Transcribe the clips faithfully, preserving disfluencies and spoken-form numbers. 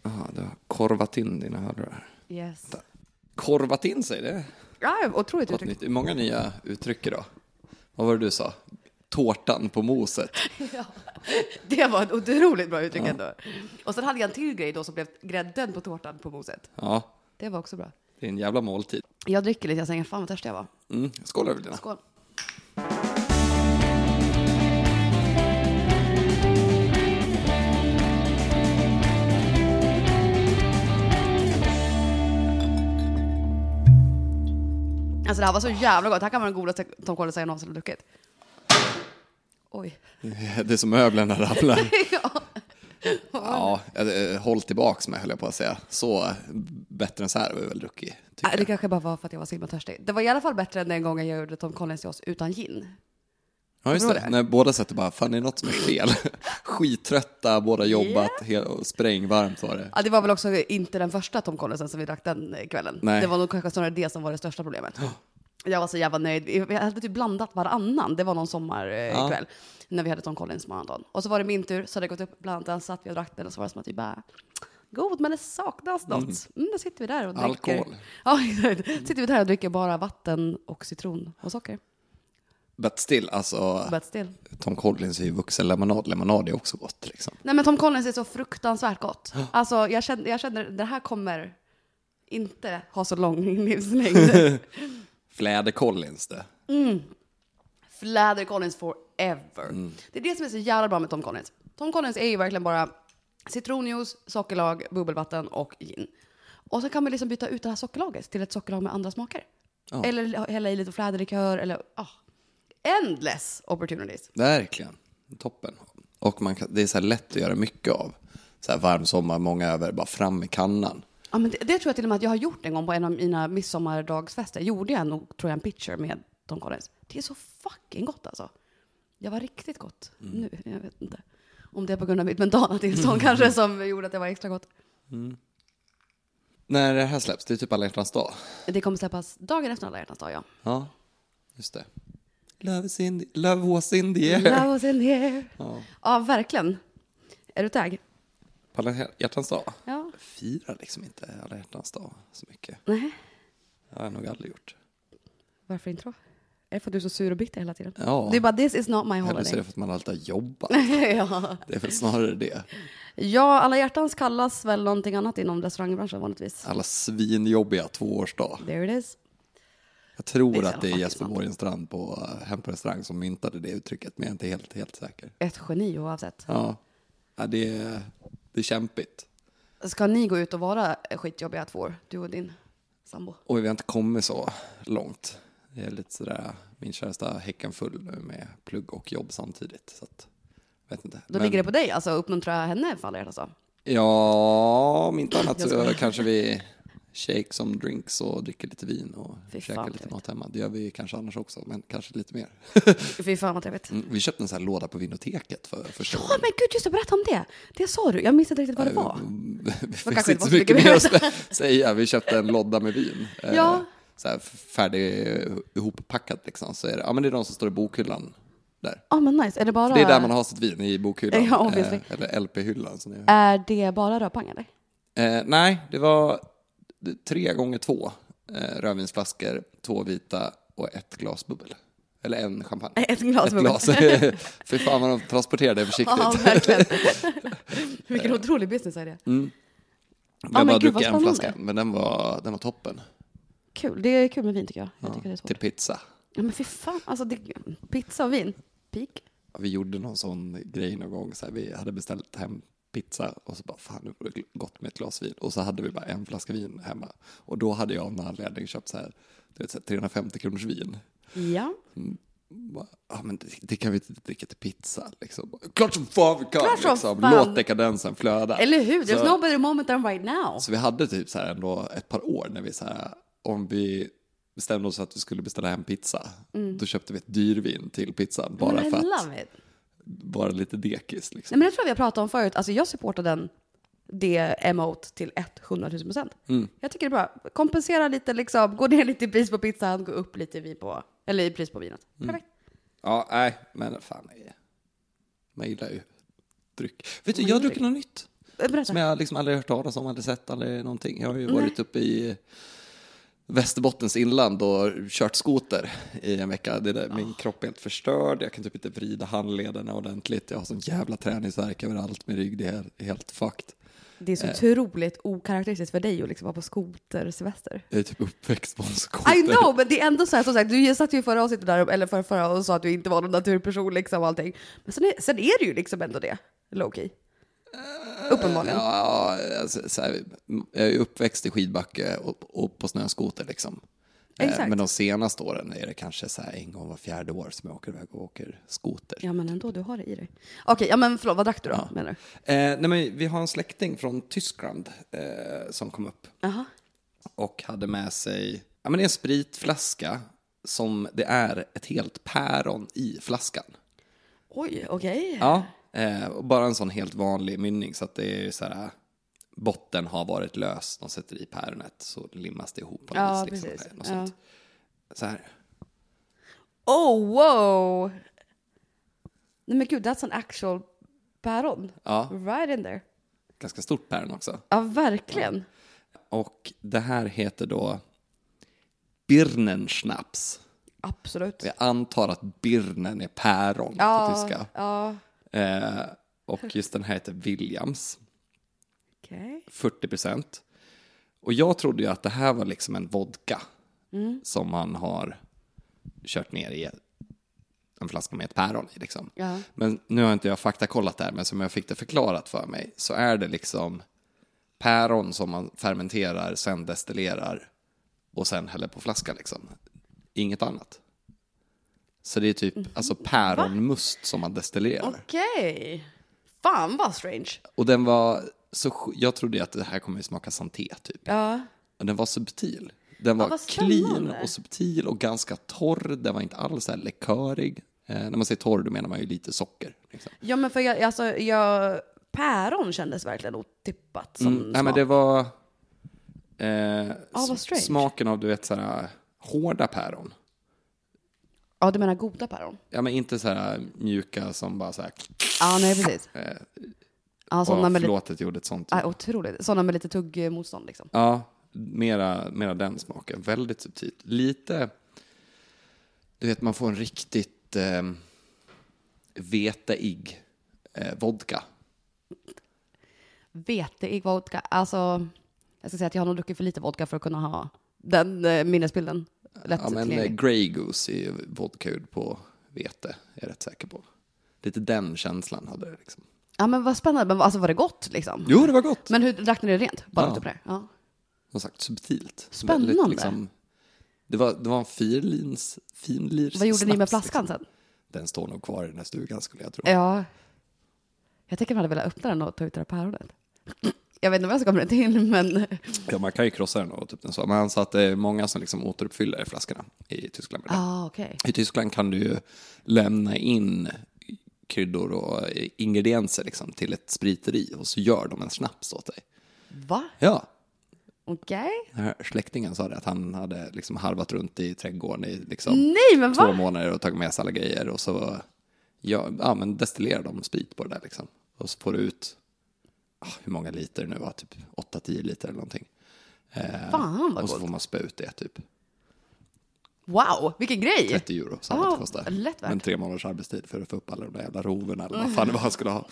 Jaha, du har korvat in dina hörlurar. Yes. Korvat in sig, det? Ja, otroligt uttryck. Nytt. Många nya uttryck idag. Vad var det du sa? Tårtan på moset. Ja, det var ett otroligt bra uttryck ändå. Ja. Och sen hade jag en till grej då som blev grädden på tårtan på moset. Ja. Det var också bra. Det är en jävla måltid. Jag dricker lite, jag säger fan vad törstig jag var. Mm. Skål över dina. Skål. Alltså det här var så jävla gott. Här kan vara den godaste Tom Collins jag någonsin har druckit. Oj. Det är som möblerna rabblar. Ja. Ja, håll tillbaks med höll jag på att säga. Så bättre än så här har vi väl druckit. Nej, det kanske bara var för att jag var så himla törstig. Det var i alla fall bättre än den gången jag gjorde Tom Collins till oss utan gin. Ja just det, det. När båda sätter bara, fan det är något som är fel. Skittrötta, båda jobbat, yeah. Och sprängvarmt var det. Ja, det var väl också inte den första Tom Collinsen som vi drack den kvällen. Nej. Det var nog kanske snarare det som var det största problemet. Oh. Jag var så jävla nöjd. Vi hade typ blandat varannan. Det var någon sommarkväll ja. När vi hade Tom Collins maraton. Och så var det min tur, så hade jag gått upp bland den, satt vi och drack den och så var det som att vi bara, god men det saknas något. Mm. Mm, då sitter vi där och dricker. Alkohol. Ja, sitter vi där och dricker bara vatten och citron och socker. But still, alltså But still. Tom Collins är ju vuxen lemonad. Lemonad är också gott liksom. Nej men Tom Collins är så fruktansvärt gott. Alltså jag känner, jag känner det här kommer inte ha så lång livslängd. Fläder Collins det. Mm. Fläder Collins forever. Mm. Det är det som är så jävla bra med Tom Collins. Tom Collins är ju verkligen bara citronjuice, sockerlag, bubbelvatten och gin. Och så kan man liksom byta ut det här sockerlaget till ett sockerlag med andra smaker. Oh. Eller hälla i lite fläderlikör eller ah. Endless opportunities. Verkligen. Toppen. Och man kan, det är så här lätt att göra mycket av. Så här varm sommar, många över, bara fram i kannan. Ja, men det, det tror jag till och med att jag har gjort en gång på en av mina midsommardagsfester. Gjorde jag nog, tror jag, en picture med Tom Collins. Det är så fucking gott alltså. Det var riktigt gott. Mm. Nu, jag vet inte. Om det är på grund av mitt mentala tillstånd mm. kanske som gjorde att det var extra gott. Mm. När det här släpps, det är typ alla hjärtans dag. Det kommer släppas dagen efter alla hjärtans dag, ja. Ja, just det. Love is in the, love was in the air. Love was in the air. Ja, ja verkligen. Är du tagg? På alla hjärtans dag? Ja. Jag firar liksom inte alla hjärtans dag så mycket. Nej. Det har jag nog aldrig gjort. Varför inte då? Är det för att du är så sur och bitter hela tiden? Ja. Det är bara, this is not my holiday. Eller så är det för att man alltid har jobbat. Ja. Det är väl snarare det. Ja, alla hjärtans kallas väl någonting annat inom restaurangbranschen vanligtvis. Alla svinjobbiga tvåårsdag. There it is. Jag tror det att det är Jesper Borgenstrand på Hem på restaurang som myntade det uttrycket, men jag är inte helt, helt säker. Ett geni oavsett. Ja, ja det, är, det är kämpigt. Ska ni gå ut och vara skitjobbiga två år, du och din sambo? Och vi har inte kommit så långt. Det är lite sådär, min käresta häcken full nu med plugg och jobb samtidigt. Så att, vet inte. Då men, ligger det på dig, alltså uppmuntra henne för alla hjärtans dag? Ja, om inte annat så kanske vi shake som drinks och dricker lite vin och käkar lite mat hemma. Det gör vi kanske annars också, men kanske lite mer. Fy fan vad trevligt. Mm, vi köpte en sån här låda på Vinoteket för första Ja, men gud, just att berätta om det. Det sa du, jag minns inte riktigt vad det var. Det finns inte så mycket mer att säga. Vi köpte en låda med vin. Ja. Så här färdig ihoppackat liksom. Så är det, ja, men det är de som står i bokhyllan där. Ja, men nice. Är det bara... För det är där man har sitt vin, i bokhyllan. Ja, obviously. eh, eller L P-hyllan. Som är... är det bara rödpang eller? Eh, nej, det var tre gånger två eh, rödvinsflaskor, två vita och ett glas bubbel. Eller en champagne. Ett glas ett bubbel. Glas. För fan vad de transporterar det försiktigt. Ja, verkligen. Vilken otrolig business är det. Mm. Jag ja, bara druckit en flaska, men den var, den var toppen. Kul, det är kul med vin tycker jag. jag ja, tycker det är till pizza. Ja, men fy fan, alltså det, pizza och vin, peak. Ja, vi gjorde någon sån grej någon gång, så här, vi hade beställt hem pizza och så bara, fan nu var det gott med ett glas vin. Och så hade vi bara en flaska vin hemma. Och då hade jag av någon anledning köpt så här, du vet, så här trehundrafemtio kronors vin. Ja. Mm. Ja, men det, det kan vi inte dricka till pizza liksom. Klart som fan vi kan liksom. Fan. Låt dekadensen flöda. Eller hur? There's så, no better moment than right now. Så vi hade typ så här ändå ett par år när vi så här, om vi bestämde oss att vi skulle beställa hem pizza, mm. då köpte vi ett dyrvin till pizzan bara mm, för att love it. Bara lite dekis liksom. Nej, men det tror jag vi har pratat om förut. Alltså jag supportar den det emote till hundratusen procent. Mm. Jag tycker det är bra. Kompensera lite liksom, gå ner lite i pris på pizzan, gå upp lite i vin på eller i pris på vinet. Mm. Perfekt. Ja, nej, men fan, man gillar ju dryck. Vet du, jag har druckit något nytt. berätta. Som jag liksom aldrig hört talas om, aldrig sett, aldrig någonting. Jag har ju varit uppe i Västerbottens inland och kört skoter i en vecka. Det där, min kropp är helt förstörd. Jag kan typ inte vrida handlederna ordentligt. Jag har sån jävla träningsvärk överallt med rygg. Det är helt fucked. Det är så otroligt okaraktäristiskt för dig att liksom vara på skotersemester. Jag är typ uppväxt på en skoter. I know, men det är ändå så här, som sagt, du satt ju i förra avsnittet där, eller förra, förra och sa att du inte var någon naturperson liksom och allting. Men sen är, sen är det ju liksom ändå det, low-key. Uppenbarligen. Ja, alltså, så här, jag är uppväxt i skidbacke och, och på snöskoter liksom. Exakt. Men de senaste åren är det kanske så här en gång var fjärde år som jag åker iväg och åker skoter. Ja, men ändå, du har det i dig. Okej, ja men förlåt, vad drack du då, Ja. menar du? Eh, nej, men vi har en släkting från Tyskland eh, som kom upp. Aha. Och hade med sig, ja men det är en spritflaska som det är ett helt päron i flaskan. Oj, okej. Ja, eh, och bara en sån helt vanlig mynning så att det är så här, botten har varit lös. De sätter i päronet så limmas det ihop på något Ja, vis. Liksom, precis. något Ja. sånt. Så här. Oh, wow! Nej men gud, that's an actual päron. Ja, Right in there. ganska stort päron också. Ja, verkligen. Och det här heter då Birnenschnaps. Absolut. Jag antar att Birnen är päron Ja, på tyska. ja. Eh, och just den här heter Williams. Okej. fyrtio procent. Och jag trodde ju att det här var liksom en vodka Mm. som man har kört ner i en flaska med ett päron i liksom. Ja. Men nu har inte jag faktakollat det här, men som jag fick det förklarat för mig så är det liksom päron som man fermenterar, sen destillerar och sen häller på flaskan liksom. Inget annat. Så det är typ Mm. alltså päronmust som man destillerar. Okej. Fan vad strange. Och den var så sj- jag trodde ju att det här kommer att smaka santé typ. Ja. Och den var subtil. Den var vad clean spännande. och subtil och ganska torr. Den var inte alls så här likörig. Eh, när man säger torr, då menar man ju lite socker. Liksom. Ja, men för jag, alltså, jag, päron kändes verkligen otippat som Mm, smak. nej, men det var eh, vad s- strange. smaken av, du vet, så här hårda päron. Ja, du menar goda päron? Ja, men inte så här mjuka som bara så här. Ja, nej precis. Eh, Ja, sådana och med lite, förlåt att jag gjorde ett sånt. ja, otroligt. Sådana med lite tuggmotstånd liksom. Ja, mera, mera den smaken. Väldigt subtilt. Lite, du vet, man får en riktigt eh, veteig eh, vodka. Veteig vodka. Alltså, jag ska säga att jag har nog druckit för lite vodka för att kunna ha den eh, minnesbilden. Lätt Ja, men eh, tillgänglig. Grey Goose är ju vodkaud på vete, är jag rätt säker på. Lite den känslan hade det liksom. Ja, men vad spännande. Men alltså, var det gott liksom? Jo, det var gott. Men hur drack ni det rent? Bara Ja. typ det? Ja. Som sagt, subtilt. Spännande. Väldigt, liksom, det, var, det var en firlins, finlirs Vad gjorde ni med snaps, flaskan liksom. sen? Den står nog kvar i den här stugan skulle jag tro. Ja. Jag tänker man hade velat öppna den och ta ut det här päronet. Jag vet inte vad jag ska komma till, men... Ja, man kan ju krossa den och typ den så. Men han sa att det är många som liksom återuppfyller flaskorna i Tyskland. Ja, ah, okej. I Tyskland kan du ju lämna in kryddor och ingredienser liksom till ett spriteri och så gör de en snaps åt dig. Va? Ja, Okej? den här släktingen sa det att han hade liksom harvat runt i trädgården i liksom Nej, men två va? månader och tagit med sig alla grejer och så ja, ja, men destillerar de sprit på det där liksom. Och så får du ut ah, hur många liter nu var typ åtta till tio liter eller någonting. Eh, Fan, vad och så coolt. får man spä ut det typ Wow, vilken grej! trettio euro så Ah, det kostar. lätt värt. Men tre månaders arbetstid för att få upp alla de där jävla roverna eller vad fan det var han skulle ha.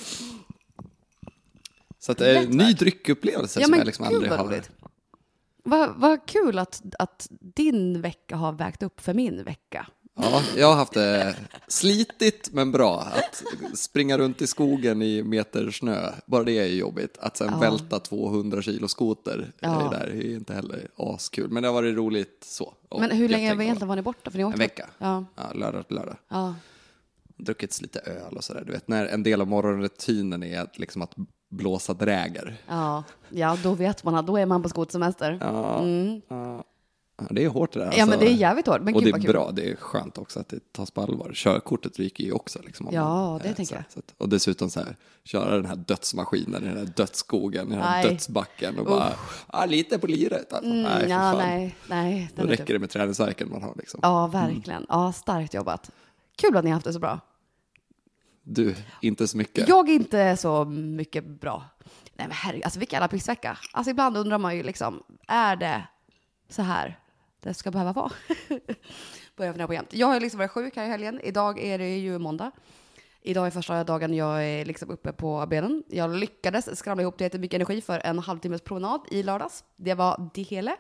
Så att eh, Lätt ny värt. dryckupplevelse Ja, som men jag liksom gud aldrig vad har. roligt. Vad vad kul att, att din vecka har vägt upp för min vecka. Ja, jag har haft det slitigt men bra. Att springa runt i skogen i meter snö, bara det är jobbigt. Att sen Ja. välta tvåhundra kilo skoter Ja. är där är inte heller askul. Men det har varit roligt så. Och Men hur länge jättekul. var egentligen var ni borta? För ni åkte En vecka. Ja. Ja, lördag till lördag. Ja. Druckits lite öl och sådär. Du vet, när en del av morgonrutinen är att, liksom att blåsa dräger. Ja. Ja, då vet man att då är man på skotersemester. Ja, Mm. ja. Ja, det är hårt det där. Ja, alltså. men det är jävligt hårt. Men Och gud det vad är kul. bra, det är skönt också att det tas på allvar. Körkortet ryker ju också. Liksom, om Ja, man, det eh, tänker så, jag. så att, och dessutom så här, köra den här dödsmaskinen i den här dödsskogen, i den här Nej. dödsbacken och bara, ah, lite på liret. Alltså. Mm, nej, för ja, fan. nej, nej. Då Den är räcker tuff. det med träningsvärken man har. Liksom. Ja, verkligen. Ja, starkt jobbat. Kul att ni har haft det så bra. Du, inte så mycket. Jag är inte så mycket bra. Nej men herregud, alltså vilken jävla pissvecka. Alltså ibland undrar man ju liksom, är det så här det ska behöva vara? Börjar fundera på jämt. Jag har liksom varit sjuk här i helgen. Idag är det ju måndag. Idag är första dagen jag är liksom uppe på benen. Jag lyckades skramla ihop till mycket energi för en halvtimmes promenad i lördags. Det var det hela.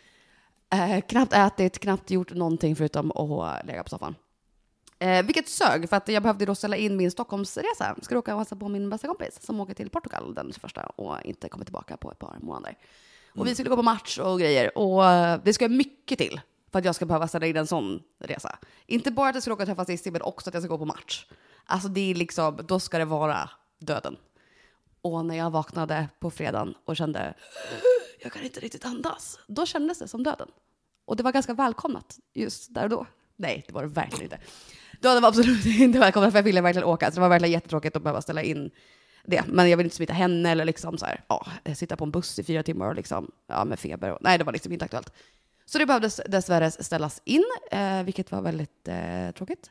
Eh, knappt ätit, knappt gjort någonting förutom att lägga på soffan. Eh, vilket sög, för att jag behövde då ställa in min Stockholmsresa. Jag ska åka och hälsa på min bästa kompis som åker till Portugal den första och inte kommer tillbaka på ett par månader. Mm. Och vi skulle gå på match och grejer. Och det ska mycket till för att jag ska behöva ställa in en sån resa. Inte bara att jag ska åka och träffa Cissi, men också att jag ska gå på match. Alltså det är liksom, då ska det vara döden. Och när jag vaknade på fredagen och kände jag kan inte riktigt andas, då kändes det som döden. Och det var ganska välkomnat just där och då. Nej, det var det verkligen inte. Då var det absolut inte välkomnat, för jag ville verkligen åka. Så det var verkligen jättetråkigt att behöva ställa in det. Men jag vill inte smitta henne eller liksom så här, ja, sitta på en buss i fyra timmar och liksom, ja, med feber. Och, nej, det var liksom inte aktuellt. Så det behövdes dessvärre ställas in, eh, vilket var väldigt eh, tråkigt.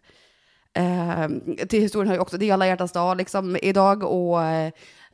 Eh, till historien har ju också, det är alla hjärtans dag liksom idag och eh,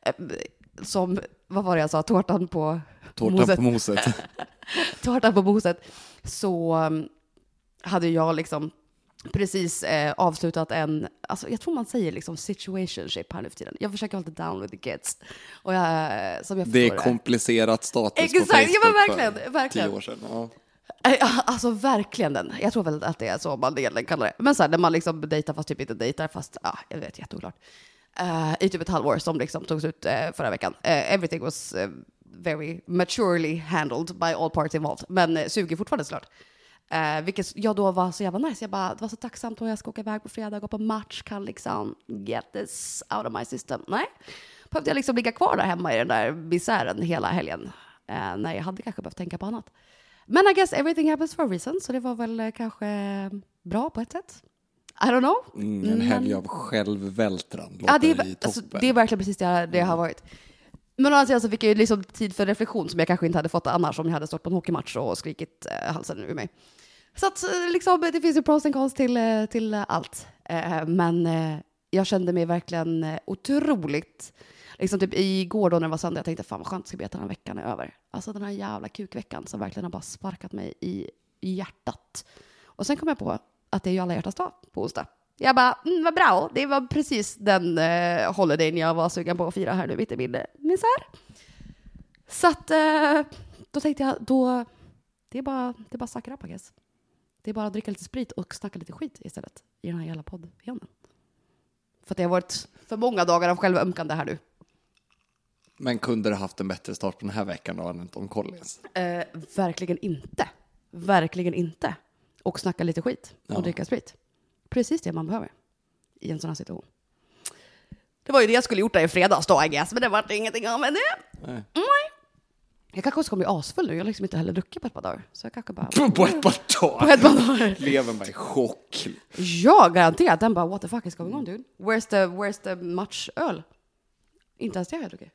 som, vad var det jag sa, tårtan på Tårtan moset. på moset. Tårtan på moset. Så um, hade jag liksom precis eh, avslutat en, alltså jag tror man säger liksom situationship här nu för tiden. Jag försöker hålla det down with the kids. Och jag, som jag det är det. komplicerat status Exakt, på Facebook ja, men verkligen, för verkligen. tio år sedan. Ja. Alltså verkligen den. Jag tror väl att det är så man egentligen kallar det. Men så här, när man liksom dejtar fast typ inte dejtar, fast ja, jag vet, jätteoklart. Uh, I typ ett halvår som liksom togs ut uh, förra veckan. Uh, everything was uh, very maturely handled by all parties involved. Men uh, suger fortfarande såklart. Uh, vilket jag då var så jävla nice. Jag bara, det var så tacksamt och jag ska åka iväg på fredag, gå på match, kan liksom get this out of my system. Nej, behövde jag liksom ligga kvar där hemma i den där misären hela helgen. Uh, när jag hade kanske behövt tänka på annat. Men I guess everything happens for a reason. Så det var väl uh, kanske bra på ett sätt. I don't know. Mm, en helg av självvältran. Ja, det är, alltså, det är verkligen precis det, det har varit. Men å andra sidan så fick jag ju liksom tid för reflektion som jag kanske inte hade fått annars om jag hade stått på en hockeymatch och skrikit eh, halsen ur mig. Så att liksom, det finns ju pros and cons till, till allt. Eh, men eh, jag kände mig verkligen eh, otroligt... Liksom typ igår då när det var söndag, jag tänkte fan vad skönt det ska bli att den här veckan är över. Alltså den här jävla kukveckan som verkligen har bara sparkat mig i, i hjärtat. Och sen kom jag på att det är ju alla hjärtans dag på onsdag. Jag bara, mm, vad bra. Det var precis den eh, holidayn jag var sugen på att fira här nu mitt i min misär. Så att eh, då tänkte jag, då, det är bara, det är bara suck it up, I guess. Det är bara att dricka lite sprit och snacka lite skit istället i den här jävla poddhjälmen. För att det har varit för många dagar av självömkande här nu. Men kunde du haft en bättre start på den här veckan då än Tom Collins? Eh, verkligen inte. Verkligen inte. Och snacka lite skit och ja. dricka sprit. Precis det man behöver i en sån här situation. Det var ju det jag skulle gjort där i fredags då, I guess. Men det var ingenting av med det. Nej. Mm. Jag kanske också kommer bli asfull nu. Jag har liksom inte heller druckit på ett par dagar. Så jag kanske bara... På ett par dagar? På ett par dagar. Leven bara i chock. Ja, garanterat. Den bara, what the fuck is going on, dude? Where's the, where's the matchöl? Inte ens det har jag druckit.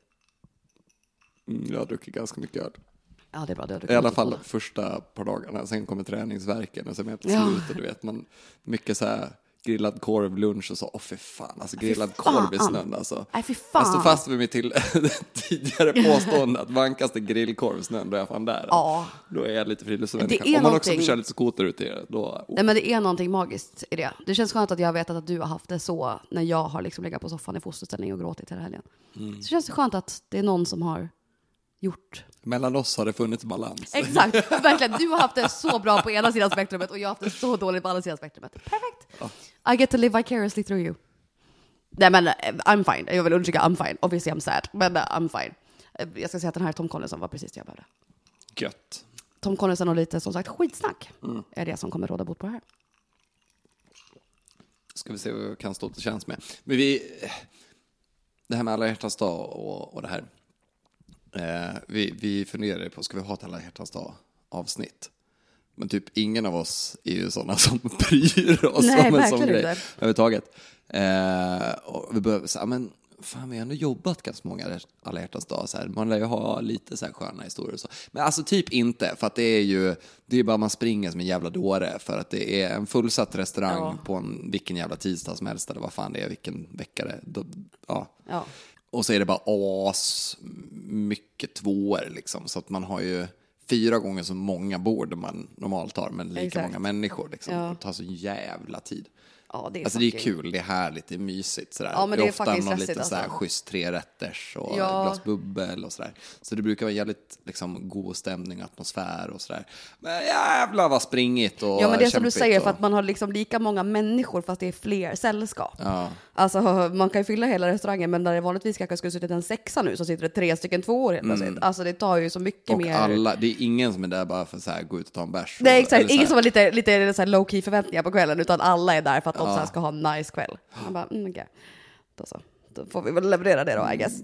Mm, jag har druckit ganska mycket öl. Ja, det är bra. Det har I alla fall första par dagarna. Sen kommer träningsverken och sen är på Ja. slutet, du vet. Man, mycket så här grillad korv, lunch och så. Åh, för fan. Alltså grillad korv i snön, alltså. Nej, fy fan. Jag står fast vid mig till tidigare påstående att vankaste grillkorv i snön, då är jag fan där. Ja. Då är jag lite Det är friluftsmänniska. Om man också någonting- får köra lite skoter ut i det, då... Oh. Nej, men det är någonting magiskt i det. Det känns skönt att jag vet att du har haft det så när jag har liksom legat på soffan i fosterställning och gråtit hela helgen. Mm. Så känns det skönt att det är någon som har gjort... Mellan oss har det funnits balans. Exakt, verkligen. Du har haft det så bra på ena sidan spektrumet och jag har haft det så dåligt på andra sidan spektrumet. Perfekt. Ja. I get to live vicariously through you. Nej, men I'm fine. Jag vill undersöka I'm fine. Obviously I'm sad, men I'm fine. Jag ska säga att den här Tom Collinson var precis det jag behövde. Gött. Tom Collinson och lite, som sagt, skitsnack Mm. är det som kommer råda bot på det här. Ska vi se vad vi kan stå till tjänst med. Men vi... Det här med alla hjärtans dag och, och det här. Eh, vi, vi funderar på, ska vi ha ett alla hjärtans dag avsnitt? Men typ ingen av oss är ju sådana som bryr oss Nej, om en sån verkligen grej inte. överhuvudtaget. Eh, och vi behöver säga, men fan, vi har ändå jobbat ganska många alla hjärtans dag. Så här. Man lär ju ha lite så här sköna historier och så. Men alltså typ inte, för att det är ju, det är bara man springer som en jävla dåre. För att det är en fullsatt restaurang Ja. på en, vilken jävla tisdag som helst, eller vad fan det är, vilken vecka det är. Då, ja. Ja. Och så är det bara as mycket tvåor liksom. Så att man har ju fyra gånger så många bord man normalt har, men lika Exakt. många människor liksom. Ja. Det tar så jävla tid. Ja, det är Alltså det är fucking- kul, det är härligt, det är mysigt sådär. Ja, men det är ofta fucking någon stressigt, liten sådär alltså. schysst trerätters och Ja. glas bubbel och sådär. Så det brukar vara jävligt liksom god stämning, atmosfär och sådär. Men jävlar vad springigt och Ja, men det är som du kämpigt säger, och... för att man har liksom lika många människor fast det är fler sällskap. Ja. Alltså man kan ju fylla hela restaurangen, men när det vanligtvis kanske skulle sitta en sexa nu så sitter det tre stycken tvåor helt plötsligt. Mm. Alltså det tar ju så mycket Och mer. alla, det är ingen som är där bara för att så här, gå ut och ta en bärs. Nej, och- exakt. eller så Ingen här- som har lite, lite så här low key förväntningar på kvällen, utan alla är där för att de Ja. så här ska ha en nice kväll. Man bara, mm, okej. Då så. Då får vi väl leverera det då, I guess.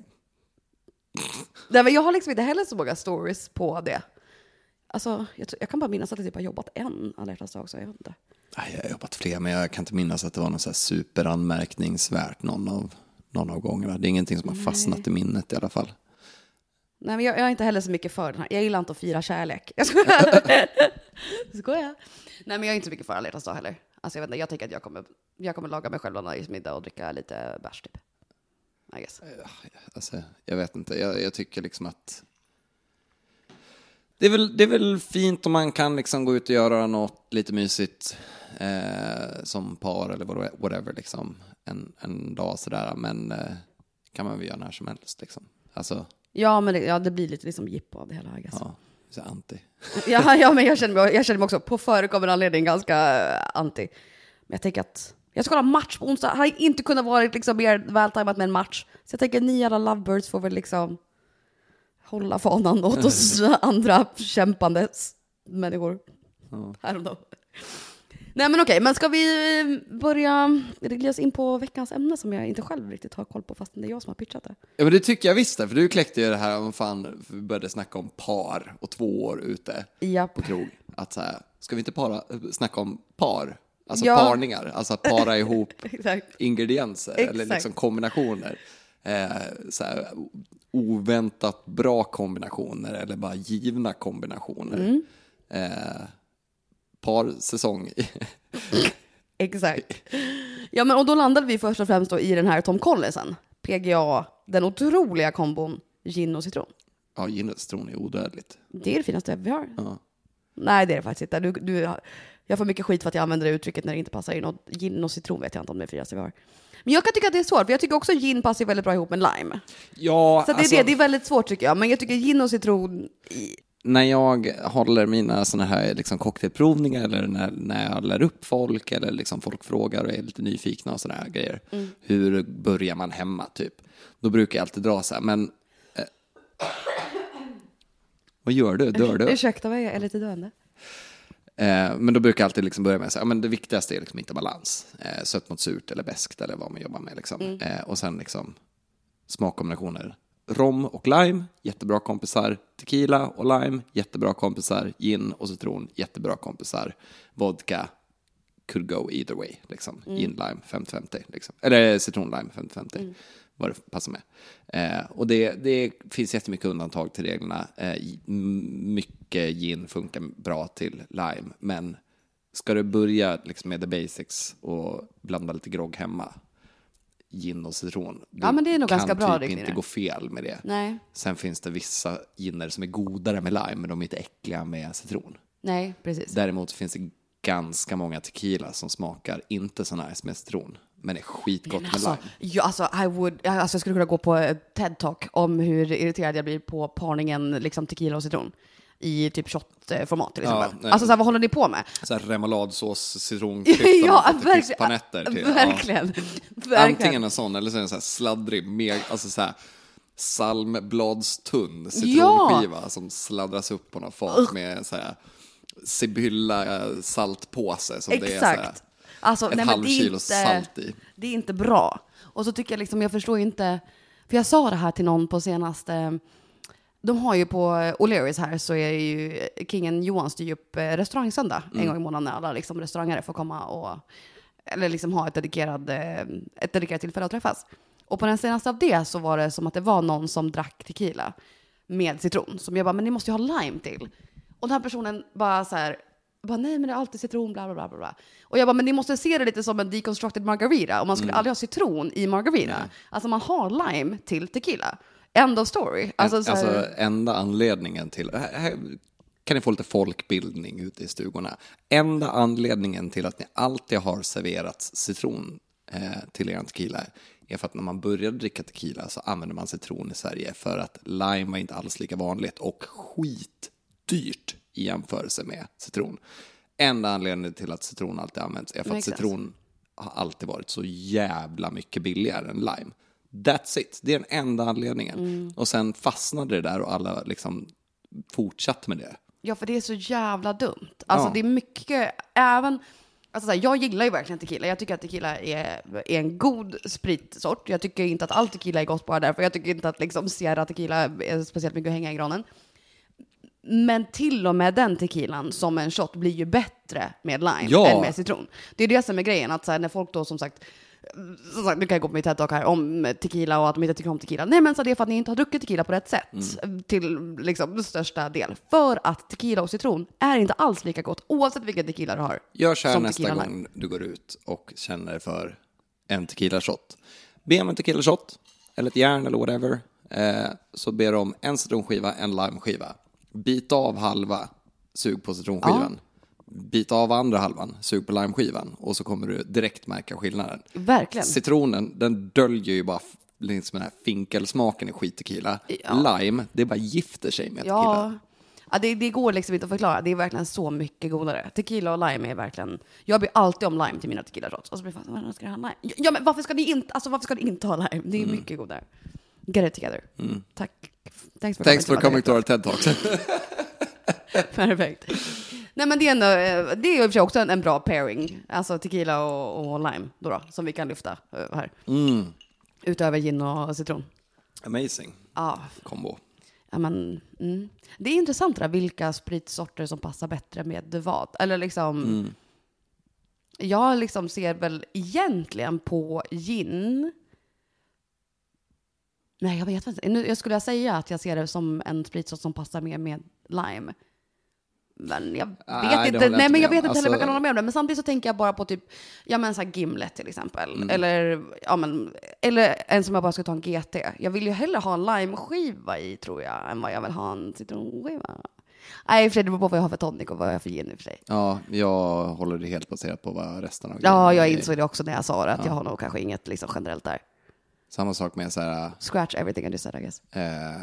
Nej, men jag har liksom inte heller så många stories på det. Alltså, jag, tror- jag kan bara minnas att jag typ har jobbat en alla hjärtans dag, så jag vet inte. Nej, jag har jobbat fler, men jag kan inte minnas att det var något så här superanmärkningsvärt någon av, någon av gångerna. Det är ingenting som har fastnat i minnet i alla fall. Nej, men jag, jag är inte heller så mycket för den här. Jag gillar inte att fira kärlek. Jag skojar. skojar. Nej, men jag är inte så mycket för alla hjärtans dag heller. Alltså, jag vet inte, jag tänker att jag kommer, jag kommer laga mig själv en nice middag och dricka lite bärs typ. I guess. Alltså, jag vet inte, jag, jag tycker liksom att det är, väl, det är väl fint om man kan liksom gå ut och göra något lite mysigt eh, som par eller whatever liksom, en, en dag sådär, men eh, kan man väl göra när som helst liksom. Alltså, Ja, men det, ja, det blir lite liksom jippo av det hela, I guess. ja, så anti. Ja, ja, men jag känner, mig, jag känner mig också på förekommande anledning ganska uh, anti. Men jag tänker att jag ska ha match på onsdag. Det hade inte kunnat vara liksom mer vältajmat med en match. Så jag tänker att ni alla lovebirds får väl liksom hålla fanan åt oss andra kämpande människor. Ja. I don't know. Nej, men okej, men ska vi börja reglera oss in på veckans ämne som jag inte själv riktigt har koll på, fast det är jag som har pitchat det. Ja, men det tycker jag visst, för du kläckte ju det här om fan, för vi började snacka om par och två år ute Japp. på krog. Att så här, ska vi inte para, snacka om par? Alltså Ja. parningar, alltså att para ihop Exakt. ingredienser Exakt. eller liksom kombinationer. Eh, så här, oväntat bra kombinationer eller bara givna kombinationer. Mm. Eh, parsäsong. Exakt. Ja, men och då landade vi först och främst då i den här Tom Collinsen. P G A, den otroliga kombon gin och citron. Ja, gin och citron är odödligt. Det är det finaste vi har. Ja. Nej, det är det faktiskt inte. Du, du, jag får mycket skit för att jag använder det uttrycket när det inte passar in. Och gin och citron vet jag inte om det är det finaste vi har. Men jag kan tycka att det är svårt, för jag tycker också gin passar väldigt bra ihop med lime. Ja, Så det är alltså, det, det är väldigt svårt tycker jag. Men jag tycker gin och citron... I, när jag håller mina såna här liksom cocktailprovningar eller när, när jag lär upp folk eller liksom folk frågar och är lite nyfikna och såna här grejer. Mm. Hur börjar man hemma typ? Då brukar jag alltid dra så här, men... Eh, vad gör du? Dör du? Ursäkta mig, jag är lite döende. Eh, men då brukar jag alltid liksom börja med att säga, ja, men det viktigaste är liksom inte balans. Eh, sött mot surt eller beskt eller vad man jobbar med. Liksom. Mm. Eh, och sen liksom smakkombinationer. Rom och lime, jättebra kompisar. Tequila och lime, jättebra kompisar. Gin och citron, jättebra kompisar. Vodka, could go either way. Liksom. Mm. Gin, lime, femtio femtio. Liksom. Eller citron, lime, femtio femtio. Mm. Vad det passar med. Eh, och det, det finns jättemycket undantag till reglerna. Eh, mycket gin funkar bra till lime. Men ska du börja liksom med the basics och blanda lite grogg hemma, gin och citron. Ja, men det är nog kan ganska bra typ riktningar. inte gå fel med det. Nej. Sen finns det vissa giner som är godare med lime, men de är inte äckliga med citron. Nej, precis. Däremot finns det ganska många tequila som smakar inte så nice med citron, men är skitgott med Alltså, lime. ja, alltså, I would, alltså, jag skulle kunna gå på ett TED-talk om hur irriterad jag blir på parningen liksom, tequila och citron i typ shot-format till exempel. Ja, alltså, så här, vad håller ni på med? Så här remouladsås, citronklyfta Ja, med verkligen. fiskpanetter till. Verkligen. Ja. Verkligen. Antingen en sån eller så är det en så här sladdrig, meg, alltså så här salmbladstunn citronskiva ja. som sladdras upp på något fat uh. med så här Sibylla saltpåse som Exakt. det är så här alltså, ett nej, halv kilo inte, salt i. Det är inte bra. Och så tycker jag liksom, jag förstår inte, för jag sa det här till någon på senaste, de har ju på O'Learys här så är ju Kingen Johan styr upp restaurangsöndag mm. en gång i månaden när alla liksom restaurangare får komma och eller liksom ha ett dedikerad, ett dedikerat tillfälle att träffas. Och på den senaste av det så var det som att det var någon som drack tequila med citron. Som jag bara, men ni måste ju ha lime till. Och den här personen bara så här, bara, nej men det är alltid citron, bla bla bla bla. Och jag bara, men ni måste se det lite som en deconstructed margarita. Och man skulle mm. aldrig ha citron i margarita. Nej. Alltså man har lime till tequila. End of story. Alltså, en, så här... alltså enda anledningen till... Här, här kan ni få lite folkbildning ute i stugorna. Enda anledningen till att ni alltid har serverat citron eh, till er tequila är för att när man började dricka tequila så använde man citron i Sverige för att lime var inte alls lika vanligt och skitdyrt i jämförelse med citron. Enda anledningen till att citron alltid används är för att citron har alltid varit så jävla mycket billigare än lime. That's it. Det är den enda anledningen. Mm. Och sen fastnade det där och alla liksom fortsatte med det. Ja, för det är så jävla dumt. Alltså ja. det är mycket, även... Alltså så här, jag gillar ju verkligen tequila. Jag tycker att tequila är, är en god spritsort. Jag tycker inte att all tequila är gott bara därför. Jag tycker inte att liksom Sierra tequila är speciellt mycket att hänga i granen. Men till och med den tequilan som en shot blir ju bättre med lime ja. än med citron. Det är det som är grejen. Att så här, när folk då som sagt... Som sagt, nu kan jag gå på mitt TED-talk här om tequila och att de inte tycker om tequila. Nej, men så det är för att ni inte har druckit tequila på rätt sätt mm. till liksom största del. För att tequila och citron är inte alls lika gott oavsett vilken tequila du har. Gör så här nästa gång lime. Du går ut och känner för en tequila-shot. Be om en tequila-shot eller ett järn eller whatever. Eh, så ber om en citronskiva, en limeskiva. Bit av halva, sug på citronskivan. Ja. Bita av andra halvan, sug på limeskivan och så kommer du direkt märka skillnaden. Verkligen. Citronen, den döljer ju bara liksom den här finkelsmaken i skittequila. Ja. Lime, det bara gifter sig med ja. tequila. Ja, det, det går liksom inte att förklara. Det är verkligen så mycket godare. Tequila och lime är verkligen... Jag blir alltid om lime till mina tequila shots. Och så blir jag fan, ska jag ha lime? Ja, men varför ska ni inte, alltså, varför ska ni inte ha lime? Det är mm. mycket godare. Get it together. Mm. Tack. Thanks for Thanks coming, for coming to our TED-talk. Perfekt. Nej, men det är, ändå, det är ju för sig också en, en bra pairing. Alltså tequila och, och lime då, då som vi kan lyfta här. Mm. Utöver gin och citron. Amazing. Ja. Kombo. Ja, men, mm. Det är intressant där, vilka spritsorter som passar bättre med vad. Eller liksom... Mm. Jag liksom ser väl egentligen på gin... Nej, jag vet inte. Nu, jag skulle säga att jag ser det som en spritsort som passar mer med lime. Men jag vet Nej, inte. Nej, men jag vet inte alltså... heller om jag kan hålla med om det. Men samtidigt så tänker jag bara på typ, ja men så här Gimlet till exempel. Mm. Eller, ja men, eller en som jag bara ska ta en G T. Jag vill ju hellre ha en limeskiva i, tror jag, än vad jag vill ha en citronskiva. Nej, för det beror på vad jag har för tonic och vad jag har för gin i för sig. Ja, jag håller det helt baserat på vad resten av Ja, jag insåg det också när jag sa det, att ja. jag har nog kanske inget liksom generellt där. Samma sak med så här... Scratch everything I just said, I guess. Eh,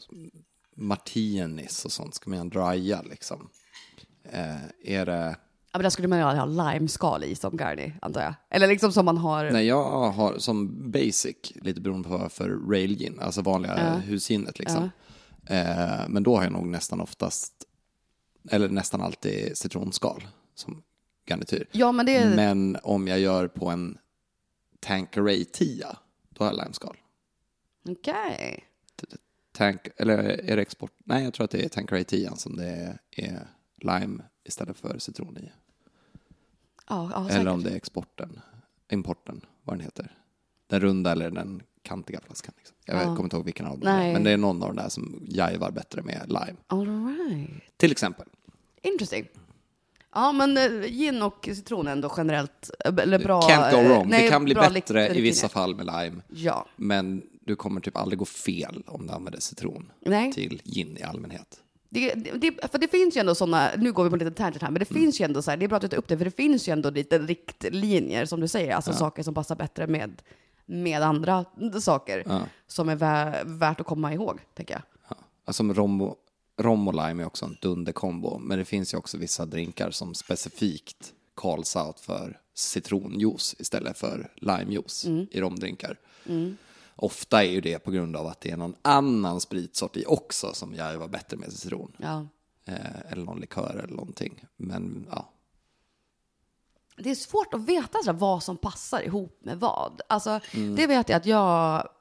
martinis och sånt ska man drya liksom. Eh, är det... Ja, men där skulle man ju ha limeskal i som garni, antar jag. Eller liksom som man har... Nej, jag har som basic, lite beroende på för rail gin, alltså vanliga ja. husginet liksom. Ja. Eh, men då har jag nog nästan oftast, eller nästan alltid citronskal som garnityr. Ja, men det... Men om jag gör på en Tanqueray tia, då har jag limeskal. Okej. Okay. Tank, eller är det export? Nej, jag tror att det är Tanqueray tian som det är lime istället för citron i. Ja, ja, eller om det är exporten, importen, vad den heter. Den runda eller den kantiga flaskan. Liksom. Jag ja. kommer inte ihåg vilken av dem är. Men det är någon av de där som jajvar bättre med lime. All right. Till exempel. Interesting. Ja, men gin och citron ändå generellt eller bra. Can't go wrong. Nej, det kan bli bättre i vissa fall med lime. Ja. Men du kommer typ aldrig gå fel om du använder citron nej. till gin i allmänhet. Det, det, för det finns ju ändå sådana, nu går vi på en liten tangent här, men det mm. finns ju ändå så här, det är bra att du tar upp det, för det finns ju ändå lite riktlinjer som du säger, alltså ja. saker som passar bättre med, med andra saker ja. som är vä- värt att komma ihåg, tänker jag. Ja. Alltså rom och, rom och lime är också en dunderkombo, men det finns ju också vissa drinkar som specifikt calls out för citronjuice istället för limejuice mm. i romdrinkar. Mm. Ofta är ju det på grund av att det är någon annan spritsort i också som jag var bättre med citron. Ja. Eh, eller någon likör eller någonting. Men ja. Det är svårt att veta så här, vad som passar ihop med vad. Alltså, mm. det vet jag att jag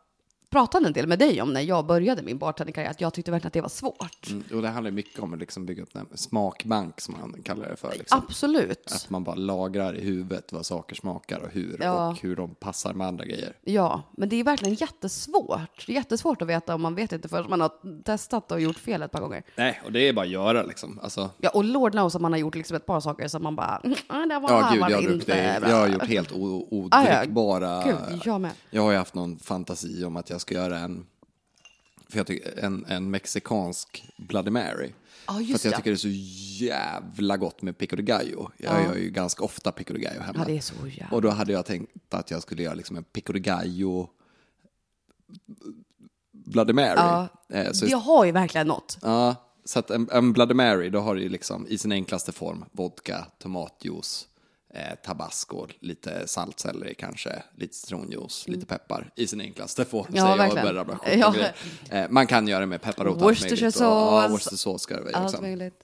pratade en del med dig om när jag började min bartenderkarriär, att jag tyckte verkligen att det var svårt. Mm, och det handlar mycket om att liksom bygga upp en smakbank som man kallar det för. Liksom. Absolut. Att man bara lagrar i huvudet vad saker smakar och hur, Ja. och hur de passar med andra grejer. Ja, men det är verkligen jättesvårt. Det är jättesvårt att veta om man vet inte förrän man har testat och gjort fel ett par gånger. Nej, och det är bara att göra liksom. Alltså, Ja, och Lord knows att man har gjort liksom ett par saker som man bara, mm, det var ja, här gud, var jag, det har inte gjort det, bra. jag har gjort helt o- Ah, ja. odrickbara... Gud, jag med. Jag har ju haft någon fantasi om att jag ska göra en, för jag tycker, en, en mexikansk Bloody Mary. Ja, just för att jag det. tycker det är så jävla gott med pico de gallo. Jag Ja. gör ju ganska ofta pico de gallo hemma. Ja, det är så jävla. Och då hade jag tänkt att jag skulle göra liksom en pico de gallo Bloody Mary. Ja, Eh, så jag har ju verkligen något. Ja, så att en, en Bloody Mary, då har du ju liksom i sin enklaste form vodka, tomatjuice, eh, tabasco, lite saltselleri kanske, lite citronjuice, lite peppar i sin enklaste form. Ja, säger verkligen. Jag, börjar sjutton Ja. grejer. Eh, man kan göra det med pepparrot, allt möjligt. Worcestershiresås. Och- Ja, Worcestersås ska det vara. Allt Liksom. möjligt.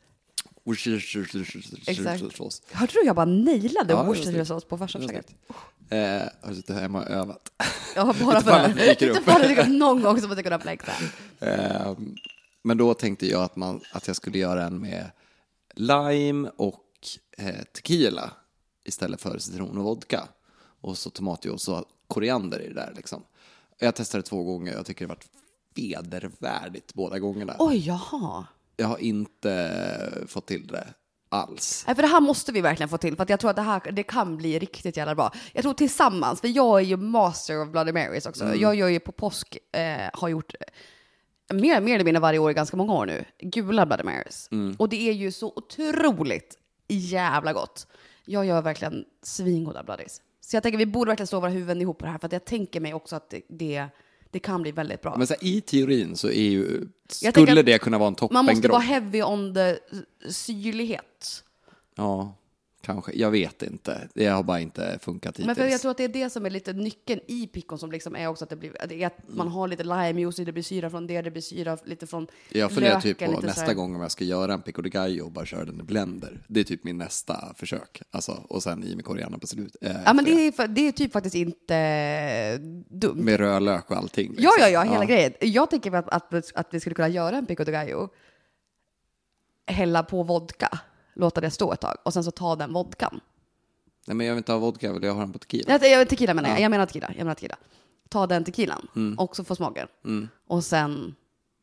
Worcestersås. Jag tror jag bara nailade Ja, Worcestershiresås på första Just försöket. Eh, jag har suttit hemma och övat. Jag har bara Inte för fan att det dyker Inte upp. bara dyker upp någon gång så måste jag kunna flexa. Eh, men då tänkte jag att, man, att jag skulle göra en med lime och eh, tequila istället för citron och vodka. Och så tomatjuice och koriander i det där. Liksom. Jag testade två gånger och jag tycker det varit vedervärdigt båda gångerna. Oj, jaha. Jag har inte fått till det alls. Nej, för det här måste vi verkligen få till, för att jag tror att det här det kan bli riktigt jävla bra. Jag tror tillsammans, för jag är ju master of Bloody Marys också. Mm. Jag gör ju på påsk, eh, har gjort mer, mer eller mindre varje år i ganska många år nu, gula Bloody Marys. Mm. Och det är ju så otroligt jävla gott. Jag gör verkligen svingoda Bloodies. Så jag tänker vi borde verkligen slå våra huvuden ihop på det här, för att jag tänker mig också att det, det, det kan bli väldigt bra. Men så här, i teorin så är ju, Jag tänker skulle att det kunna vara en Man måste vara toppengrogg. heavy on the syrlighet. Ja, kanske. Jag vet inte. Det har bara inte funkat hittills. Men för jag tror att det är det som är lite nyckeln i picon, som liksom är också att det blir, det är att man har lite limejuice, det blir syra från det, det blir syra lite från Jag funderar löken, typ på lite så nästa här. gång om jag ska göra en pico de gallo och bara köra den i blender. Det är typ min nästa försök. Alltså, och sen i med koriander på slut. Eh, Ja, men efter det är, fa- det är typ faktiskt inte dumt. Med rödlök och allting. Liksom. Ja, ja, ja, hela grejen. Jag tänker att, att, att vi skulle kunna göra en pico de gallo, hälla på vodka, låta det stå ett tag och sen så ta den vodkan. Nej, men jag vill inte ha vodka, jag vill ha den på tequila. Jag, jag, tequila menar jag, Ja. jag menar tequila, jag menar tequila. Ta den tequilan, Mm. också få smaken. Mm. Och sen,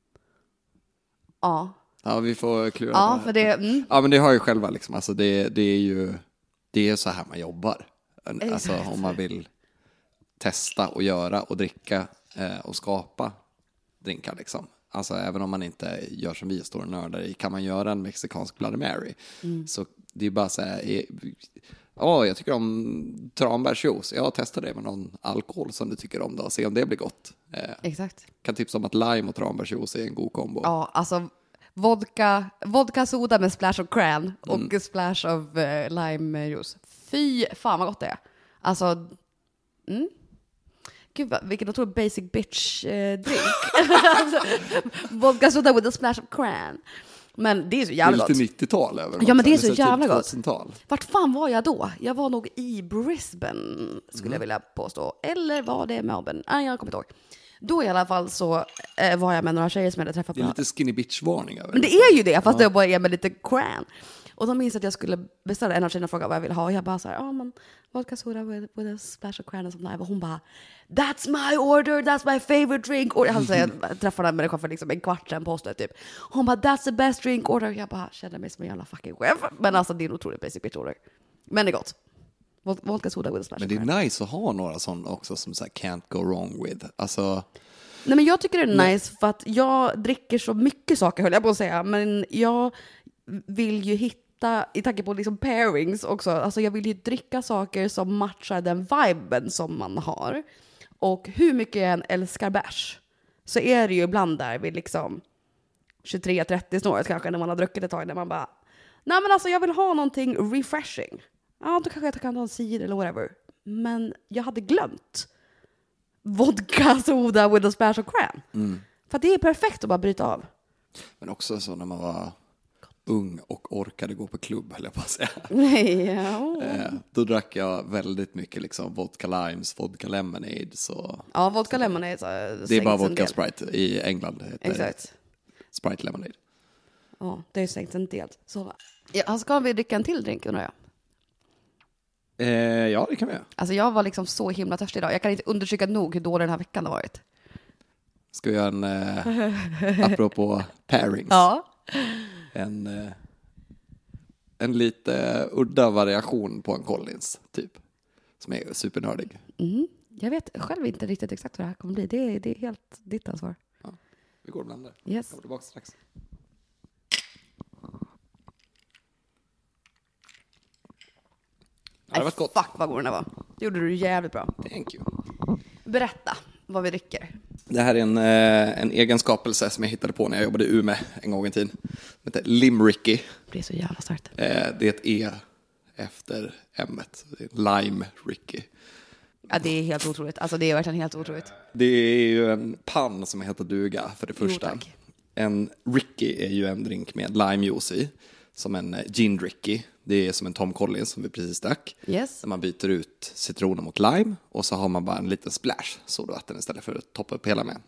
ja. Ja, vi får klura Ja, på för det. det, mm. Ja, men det har ju själva liksom. Alltså, det, det är ju det är så här man jobbar. Alltså, Exakt. om man vill testa och göra och dricka eh, och skapa drinkar liksom. Alltså även om man inte gör som vi står och nördar i, kan man göra en mexikansk Bloody Mary. Mm. Så det är bara så här, eh, ja, jag tycker om tranbärsjuice. Jag testar det med någon alkohol som du tycker om då och se om det blir gott. Eh, Exakt. kan tipsa om att lime och tranbärsjuice är en god kombo. Ja, alltså vodka, vodka soda med splash of cran och Mm. splash of uh, limejuice. Fy fan vad gott det är. Alltså, mm. Gud, vad- vilken otrolig basic bitch eh, drink. alltså, vodka soda with a splash of cran. Men det är så Det är jävla lite gott. nittiotal över Ja, men det är också. så typ jävla gott. tvåtusental. Vart fan var jag då? Jag var nog i Brisbane, skulle Mm. jag vilja påstå. Eller var det Melbourne? Nej, jag kommer inte ihåg. Då i alla fall så eh, var jag med några tjejer som jag hade träffat. Det är lite skinny bitch-varning över Men det är ju det, fast det bara är med lite cran. Och de minns att jag skulle beställa, en av tjejerna frågade vad jag ville ha. Och jag bara så här, ja men vodka soda with, with a splash of cran och sånt där. Och hon bara, that's my order, that's my favorite drink. Och alltså, jag träffade den människan för liksom en kvart sedan på typ. Hon bara, that's the best drink order. Jag bara kände mig som en jävla fucking chef. Men alltså det är en otroligt basic bitch order. Men det är gott. Vod- Vodka soda with a splash Men of det cran. är nice att ha några sådana också som så här can't go wrong with. Alltså, Nej, men jag tycker det är nice för att jag dricker så mycket saker, höll jag på att säga. Men jag vill ju hitta, i tanke på liksom pairings också, alltså jag vill ju dricka saker som matchar den viben som man har. Och hur mycket jag än älskar bärs, så är det ju ibland där vid liksom tjugotre trettio snåret kanske, när man har druckit ett tag, när man bara, nej men alltså jag vill ha någonting refreshing. Ja, då kanske jag kan ta en cider eller whatever. Men jag hade glömt vodka soda with a splash of cran. mm. För att det är perfekt att bara bryta av. Men också så när man var ung och orkade gå på klubb, höll jag på att säga. Ja. Eh, då drack jag väldigt mycket liksom vodka limes, vodka lemonade. Så, Ja, vodka lemonade. Så, det är bara vodka Sprite i England. Exakt. Sprite lemonade. Ja, det är sänkt en del. Så, ja, ska vi dricka en till drink, undrar jag? Eh, ja, det kan vi göra. Alltså jag var liksom så himla törstig idag. Jag kan inte undersöka nog hur dålig den här veckan har varit. Ska vi göra en, eh, apropå pairings. Ja. En, eh, en lite udda variation på en Collins, typ. Som är supernördig. Mm. Jag vet själv inte riktigt exakt vad det här kommer bli. Det är, det är helt ditt ansvar. Ja, vi går och blandar. Yes. Kommer tillbaka strax. Ja, det har varit gott. Fuck vad god den här var. Det gjorde du jävligt bra. Thank you. Berätta vad vi dricker. Det här är en, eh, en egen skapelse som jag hittade på när jag jobbade i Umeå en gång i tiden. Det heter Limericky. Det är så jävla starkt. Eh, det är ett E efter M-et. Det är Lime Ricky. Ja, det är helt otroligt. Alltså det är verkligen helt otroligt. Det är ju en pann som heter duga för det första. Jo, tack. En Ricky är ju en drink med limejuice i. Som en gin Ricky. Det är som en Tom Collins som vi precis drack. Yes. Där man byter ut citronen mot lime. Och så har man bara en liten splash sodavatten istället för att toppa upp hela med.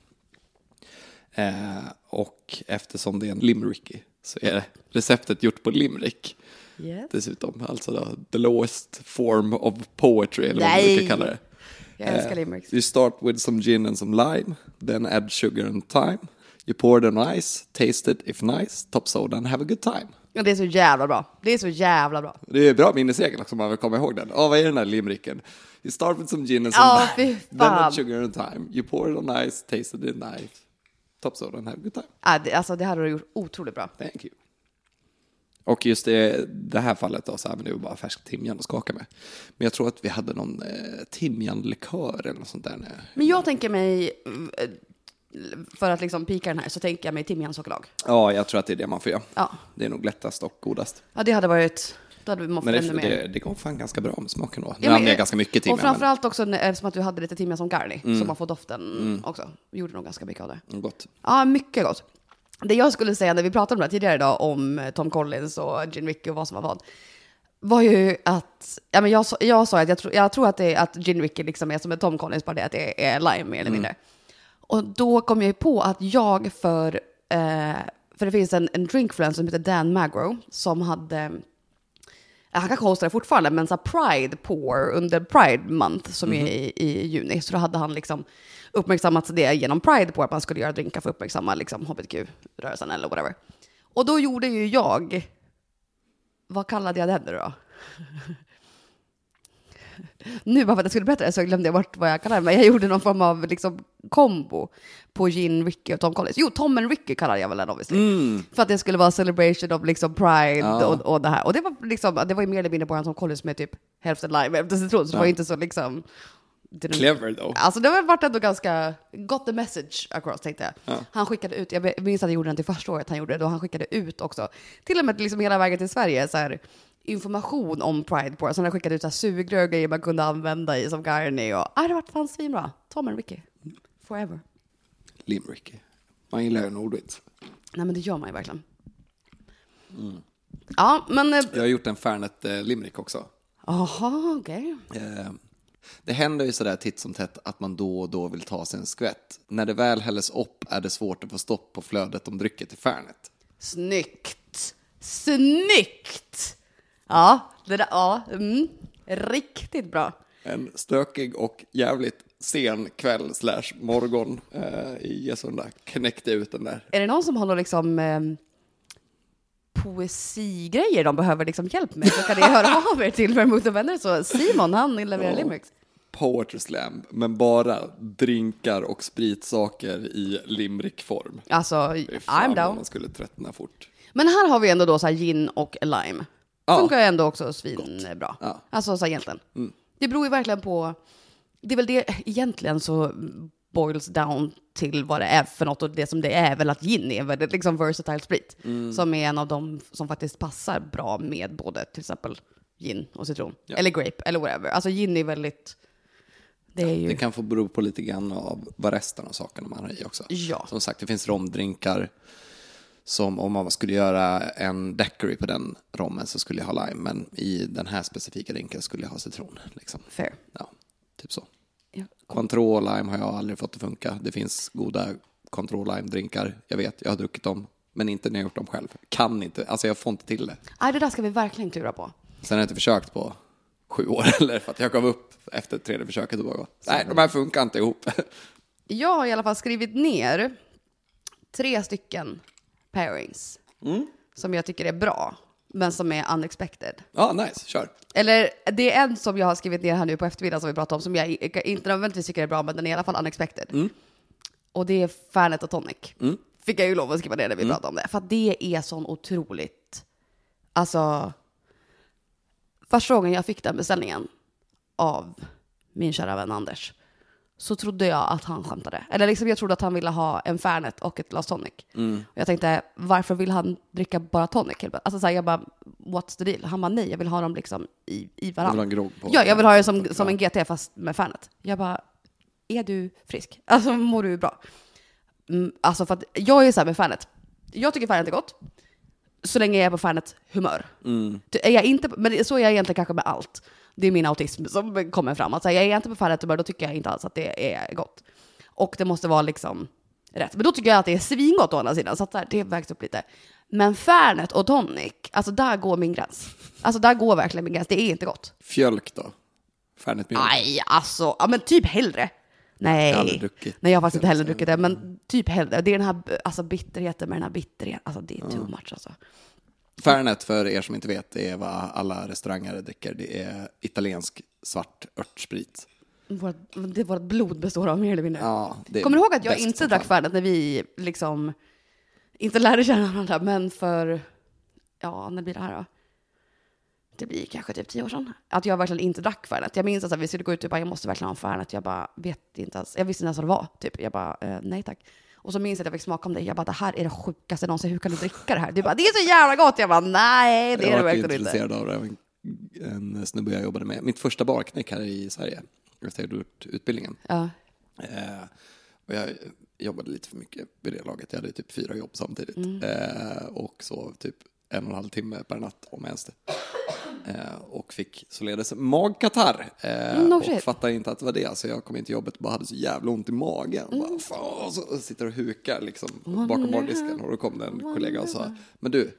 Eh, och eftersom det är en limericky så är receptet gjort på limerick. Yes. Dessutom, alltså då, the lowest form of poetry, eller vad man Nej. brukar kalla det. Jag älskar Eh, limericks. you start with some gin and some lime, then add sugar and thyme. You pour it on ice, taste it if nice, top soda and have a good time. Ja, det är så jävla bra. Det är så jävla bra. Det är bra minnesregel också om man vill komma ihåg den. Åh, vad är den här limericken? You start with some gin and some Ja, fy lime, fan. then add sugar and thyme. You pour it on ice, taste it if nice, top soda and have a good time. Ja, det, alltså det här har du gjort otroligt bra. Thank you. Och just det, det här fallet då, så här, men det var bara färsk timjan att skaka med. Men jag tror att vi hade någon eh, timjanlikör eller något sånt där. När... Men jag tänker mig, eh, för att liksom pika den här, så tänker jag mig timjansockerlag. Ja, jag tror att det är det man får göra. Ja. Det är nog lättast och godast. Ja, det hade varit, då hade vi mått Men ännu det, mer. det, det går fan ganska bra med smaken då. Nu Ja, men, använder jag ganska mycket timjan. Och framförallt också när- eftersom att du hade lite timjan som garni, Mm. så man får doften också. Vi gjorde nog ganska mycket av det. Men gott. Ja, mycket gott. Det jag skulle säga när vi pratade om det här tidigare idag, om Tom Collins och Gin Ricky och vad som var vad, var ju att, ja, men jag, sa- jag sa att jag, tro, jag tror att, det, att Gin Ricky liksom är som en Tom Collins, bara det att det är lime mer eller mindre. Och då kom jag ju på att jag för, eh, för det finns en, en drinkfluencer som heter Dan Magro, som hade, han kanske hostar det fortfarande, men så här Pride Pour under Pride Month som är i, i juni. Så då hade han liksom uppmärksammat det genom Pride Pour, att man skulle göra drinkar för att uppmärksamma liksom H B T Q-rörelsen eller whatever. Och då gjorde ju jag, vad kallade jag den då? Nu bara för att jag skulle berätta det så glömde jag bort vad jag kallade det. Men jag gjorde någon form av liksom kombo på Gin, Ricky och Tom Collins. Jo, Tom and Ricky kallade jag väl den obviously. Mm. För att det skulle vara celebration of liksom Pride Ja. och, och det här. Och det var liksom, det var ju mer eller mindre bara en Tom Collins med typ hälften lime, hälften citron. Så det Ja. var inte så liksom... didn't- Clever though. Alltså det har varit ändå ganska, got the message across tänkte jag. Ja. Han skickade ut, jag minns att han gjorde den till första året han gjorde det, då han skickade ut också, till och med liksom hela vägen till Sverige, så här, information om Pride på, så han skickade ut så här sugrör och grejer man kunde använda i som garni och, ah, det var fan svinbra. Tom and Ricky, forever. Limericky. Man gillar ju en ordvits. Nej men det gör man ju verkligen. Ja, men... eh, Jag har gjort en Fernet eh, limerick också. Aha, okej. Eh, det händer ju sådär titt som tätt att man då och då vill ta sig en skvätt. När det väl hälles upp är det svårt att få stopp på flödet om drycket i Fernet. Snyggt! Snyggt! Ja, det där, ja, mm, riktigt bra. En stökig och jävligt sen kväll slash morgon eh, i Gesunda knäckte ut den där. Är det någon som har någon liksom eh, poesigrejer de behöver liksom hjälp med, så kan ni höra av er till Vermouth och vänner. Så Simon, han levererar Ja. limericks. Poetry slam, men bara drinkar och spritsaker i limerickform. Alltså, Fy fan I'm vad down. man skulle tröttna fort. Men här har vi ändå då så här gin och lime. Ja. Funkar ju ändå också svinbra. Ja. Alltså så här egentligen. Mm. Det beror ju verkligen på, det är väl det egentligen så boils down till vad det är för något, och det som det är väl att gin är väldigt liksom versatile sprit. Mm. Som är en av dem som faktiskt passar bra med både till exempel gin och citron. Ja. Eller grape, eller whatever. Alltså gin är väldigt, det är ju... Det kan få bero på lite grann av vad resten av sakerna man har i också. Ja. Som sagt, det finns romdrinkar Som om man skulle göra en daiquiri på den rommen så skulle jag ha lime. Men i den här specifika drinken skulle jag ha citron. Liksom. Fair. Ja, typ så. Ja. Cointreau lime har jag aldrig fått att funka. Det finns goda Cointreau lime-drinkar. Jag vet, jag har druckit dem. Men inte när jag gjort dem själv. Kan inte, alltså jag får inte till det. Nej, det där ska vi verkligen klura på. Sen har jag inte försökt på sju år eller för att jag gav upp efter tredje försöket och bara, nej, de här funkar inte ihop. Jag har i alla fall skrivit ner tre stycken pairings Mm. som jag tycker är bra, men som är unexpected. Ja, nice, kör. Eller det är en som jag har skrivit ner här nu på eftermiddagen som vi pratade om, som jag inte nödvändigtvis tycker är bra, men den är i alla fall unexpected. Mm. Och det är Fernet och Tonic. Mm. Fick jag ju lov att skriva ner när vi Mm. pratade om det. För att det är sån otroligt... Alltså... Första gången jag fick den beställningen av min kära vän Anders, så trodde jag att han skämtade. Eller liksom jag trodde att han ville ha en Fernet och ett glas tonic. Mm. Och jag tänkte, varför vill han dricka bara tonic? Alltså så här, jag bara, what's the deal? Han bara, nej, jag vill ha dem liksom i, i Jag vill varandra. ha en grogg på. Ja, jag vill ha det som, som en G T fast med Fernet. Jag bara, är du frisk? Alltså mår du bra? Mm, alltså för att jag är så här med Fernet. Jag tycker Fernet är gott. Så länge jag är på Fernet humör. Mm. Är jag inte, men så är jag egentligen kanske med allt. Det är min autism som kommer fram. Alltså, jag är inte på Fernet humör, då tycker jag inte alls att det är gott. Och det måste vara liksom rätt. Men då tycker jag att det är svingott å andra sidan. Så att där, det vägs upp lite. Men Fernet och tonic, alltså där går min gräns. Alltså där går verkligen min gräns. Det är inte gott. Fjölk då? Fernet mjölk? Nej, alltså, ja, men typ hellre. Nej, Jag har aldrig druckit. Nej, jag har faktiskt inte heller druckit det. Men typ hellre. Det är den här alltså, bitterheten med den här bitterheten. Alltså det är too much alltså. Fernet, för er som inte vet, det är vad alla restauranger dricker. Det är italiensk svart örtsprit. Vårt, det vårt blod består av mer eller mindre. Ja, det är Kommer du ihåg att jag bäst inte som drack fan. Fernet när vi liksom inte lärde känna varandra, men för, ja, när blir det här då? Det blir kanske typ tio år sedan. Att jag verkligen inte drack Fernet. Jag minns att vi skulle gå ut och typ, jag måste verkligen ha Fernet. Jag bara vet inte ens, jag visste inte ens vad det var. Typ. Jag bara, eh, nej tack. Och så minns jag att jag fick smaka om det. Jag bara, det här är det sjukaste någonsin. Hur kan du dricka det här? Du bara, det är så jävla gott. Jag bara, nej, det är det verkligen inte. Jag var intresserad av det. En, en snubbe jag jobbade med. Mitt första barknäck här i Sverige. Efter jag hade gjort utbildningen. Ja. Eh, och jag jobbade lite för mycket vid det laget. Jag hade typ fyra jobb samtidigt. Mm. Eh, och så typ en och en halv timme per natt om ens det. Eh, och fick således magkatarr. Eh, Mm, no och shit. fattade inte att det var det. Så jag kom in till jobbet och bara hade så jävla ont i magen. Och Mm. bara, fan, och så och sitter och hukar liksom bakom bardisken. Och då kom det en kollega och sa, men du,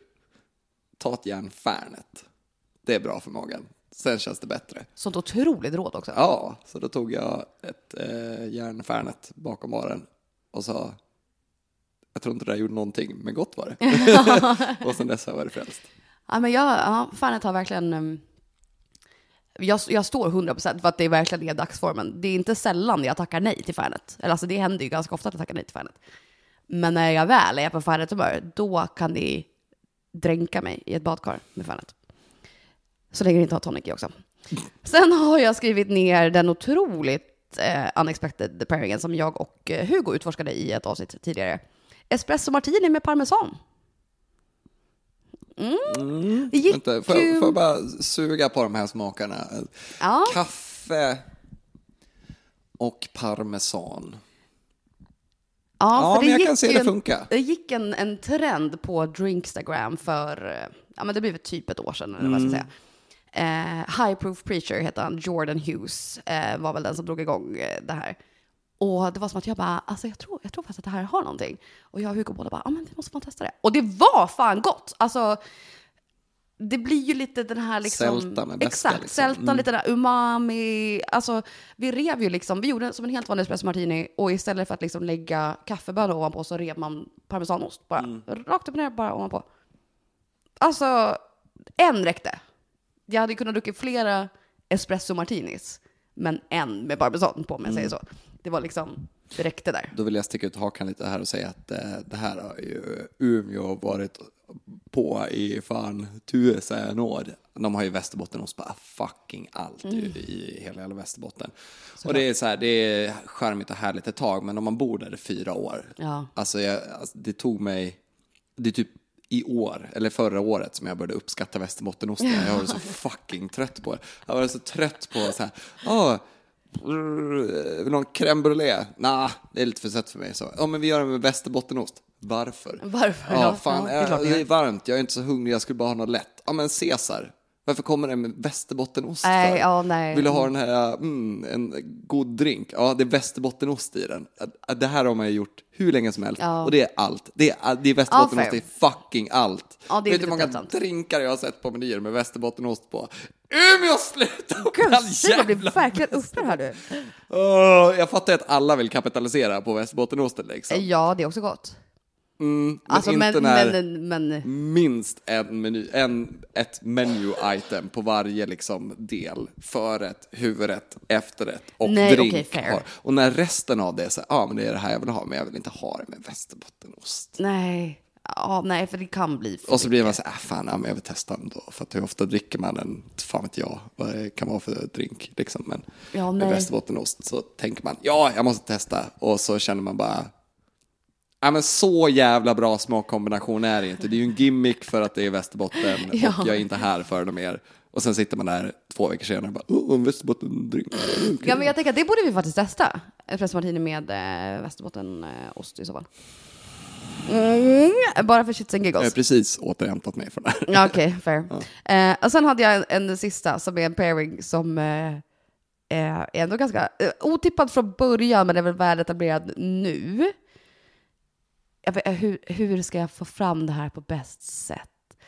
ta ett järn Fernet. Det är bra för magen. Sen känns det bättre. Sånt otroligt råd också. Ja, så då tog jag ett eh, järn Fernet bakom baren och sa, jag tror inte det där gjorde någonting, men gott var det. Och sen dess har jag varit frälst. Ja, men jag, ja, Fernet har verkligen... um, Jag, jag står hundra procent för att det är verkligen är dagsformen. Det är inte sällan jag tackar nej till Fernet. Eller alltså det händer ju ganska ofta att jag tackar nej till Fernet. Men när jag väl är på Fernet humör, då kan det dränka mig i ett badkar med Fernet. Så länge det inte har tonic i också. Sen har jag skrivit ner den otroligt eh, unexpected pairingen som jag och eh, Hugo utforskade i ett avsnitt tidigare. Espresso martini med parmesan. Mm. Mm. Gick Vänta, får, jag, ju- får jag bara suga på de här smakerna? Ja. Kaffe och parmesan. Ja, Ja, för men jag gick kan se ju det en- funka. Det gick en, en trend på Drinkstagram för, eh, ja men det blev typ ett år sedan, eller vad jag ska säga. Eh, High Proof Preacher heter han, Jordan Hughes eh, var väl den som drog igång eh, det här. Och det var som att jag bara, alltså jag tror, jag tror faktiskt att det här har någonting. Och jag och Hugo båda bara, ja men vi måste man testa det. Och det var fan gott! Alltså, det blir ju lite den här liksom... Sälta med beska, Exakt, liksom. sälta, Mm. lite den här umami. Alltså, vi rev ju liksom, vi gjorde som en helt vanlig espresso martini. Och istället för att liksom lägga kaffebönor ovanpå så rev man parmesanost bara. Mm. Rakt upp och ner, bara ovanpå. Alltså, en räckte. Jag hade kunnat dricka flera espresso martinis. Men en med parmesan på, om jag säger så. Det var liksom, det räckte där. Då vill jag sticka ut hakan lite här och säga att eh, det här har ju Umeå varit på i fan tusen år. De har ju Västerbottenost på fucking allt Mm. i, i hela, hela Västerbotten. Och det är så här, det är charmigt och härligt ett tag, men om man bor där i fyra år. Ja. Alltså, jag, alltså det tog mig, det är typ i år, eller förra året, som jag började uppskatta Västerbottenosten. Jag var så fucking trött på det. Jag var så trött på så här, åh, någon crème brûlée? Nah, det är lite för sött för mig. Så, ja, men vi gör det med Västerbottenost. Varför? Varför? Ja, Ja, fan, ja, det är klart äh, ni det gör. är varmt, jag är inte så hungrig, jag skulle bara ha något lätt. Ja, men Caesar. Varför kommer det med västerbottenost Nej, för? ja, nej. Vill du ha den här, mm, en god drink? Ja, det är västerbottenost i den. Det här har man ju gjort hur länge som helst. Ja. Och det är allt. Det är, det är västerbottenost, Ja, det fair. är fucking allt. Ja, det är Vet du lite hur många tröttsamt. drinkar jag har sett på menyer med västerbottenost på? Umeå, sluta! Gud, Simon blir verkligen upprörd här du. Oh, jag fattar att alla vill kapitalisera på västerbottenost liksom. Ja, det är också gott. Mm, men Alltså, inte men, när men, men, minst en meny, en, ett menu-item på varje liksom del. Förrätt, huvudrätt, efterrätt och Nej, drink. okej, fair. har. Och när resten av det är så här, ja men det är det här jag vill ha, men jag vill inte ha det med västerbottenost. nej. Ja, nej, för det kan bli för Och så blir man mycket. så här, äh, fan, ja, men jag vill testa den då. För att hur ofta dricker man en, fan vet jag, vad det kan vara för drink liksom. Men Ja, med nej. västerbottenost så tänker man, ja, jag måste testa. Och så känner man bara, ja men så jävla bra smakkombination är det inte. Det är ju en gimmick för att det är Västerbotten Ja. och jag är inte här för det mer. Och sen sitter man där två veckor senare och bara, oh, en Västerbotten-drink. Ja, men jag tänker att det borde vi faktiskt testa. Espresso martini med eh, Västerbottenost i så fall. Mm, bara för shits and Jag har giggles. precis återhämtat mig från det här. Ja, okej, fair. Eh, och sen hade jag en, en sista som är en pairing som eh, är ändå ganska eh, otippad från början, men är väl väl etablerad nu. Jag vet, hur, hur ska jag få fram det här på bäst sätt?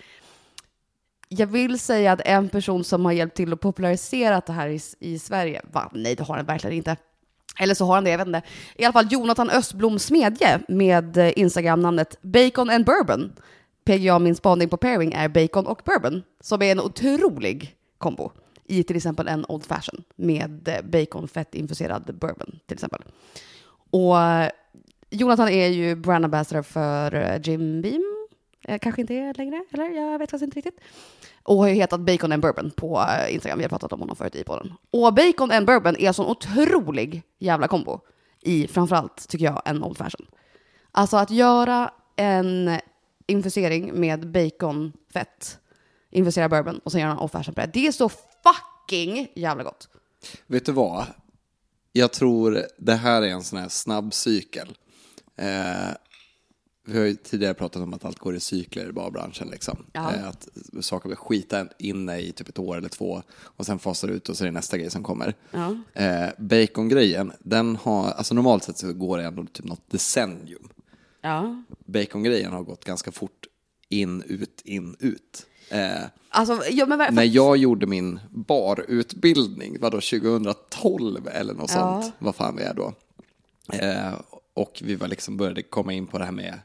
Jag vill säga att en person som har hjälpt till att popularisera det här i, i Sverige, va? Nej, det har han verkligen inte. Eller så har han det, jag vet inte. I alla fall Jonathan Östblom Smedje med eh, Instagram-namnet Bacon and Bourbon. P G A, min spaning på pairing, är bacon och bourbon. Som är en otrolig kombo i till exempel en old fashion med eh, baconfett-infuserad bourbon till exempel. Och eh, Jonathan är ju brand ambassador för eh, Jim Beam. Eh, kanske inte är längre, eller? Jag vet faktiskt inte riktigt. Och har ju hetat Bacon and Bourbon på eh, Instagram. Vi har pratat om honom förut i podden. Och Bacon and Bourbon är en sån otrolig jävla kombo i framförallt, tycker jag, en old fashion. Alltså att göra en infusering med baconfett, infusera bourbon och sen göra en old fashion på det. Det är så fucking jävla gott. Vet du vad? Jag tror det här är en sån här snabb cykel. Eh, vi har ju tidigare pratat om att allt går i cykler i barbranschen. Liksom. Ja. Eh, att saker blir skita inne i typ ett år eller två och sen fasar ut och så är det nästa grej som kommer. Ja. Eh, bacon-grejen, den har, alltså normalt sett så går det ändå typ något decennium. Ja. Bacon-grejen har gått ganska fort in, ut, in, ut. Eh, Alltså, ja, men, när jag gjorde min barutbildning, var då tjugohundratolv eller något Ja. sånt, vad fan vi är då. Eh, och vi var liksom började komma in på det här med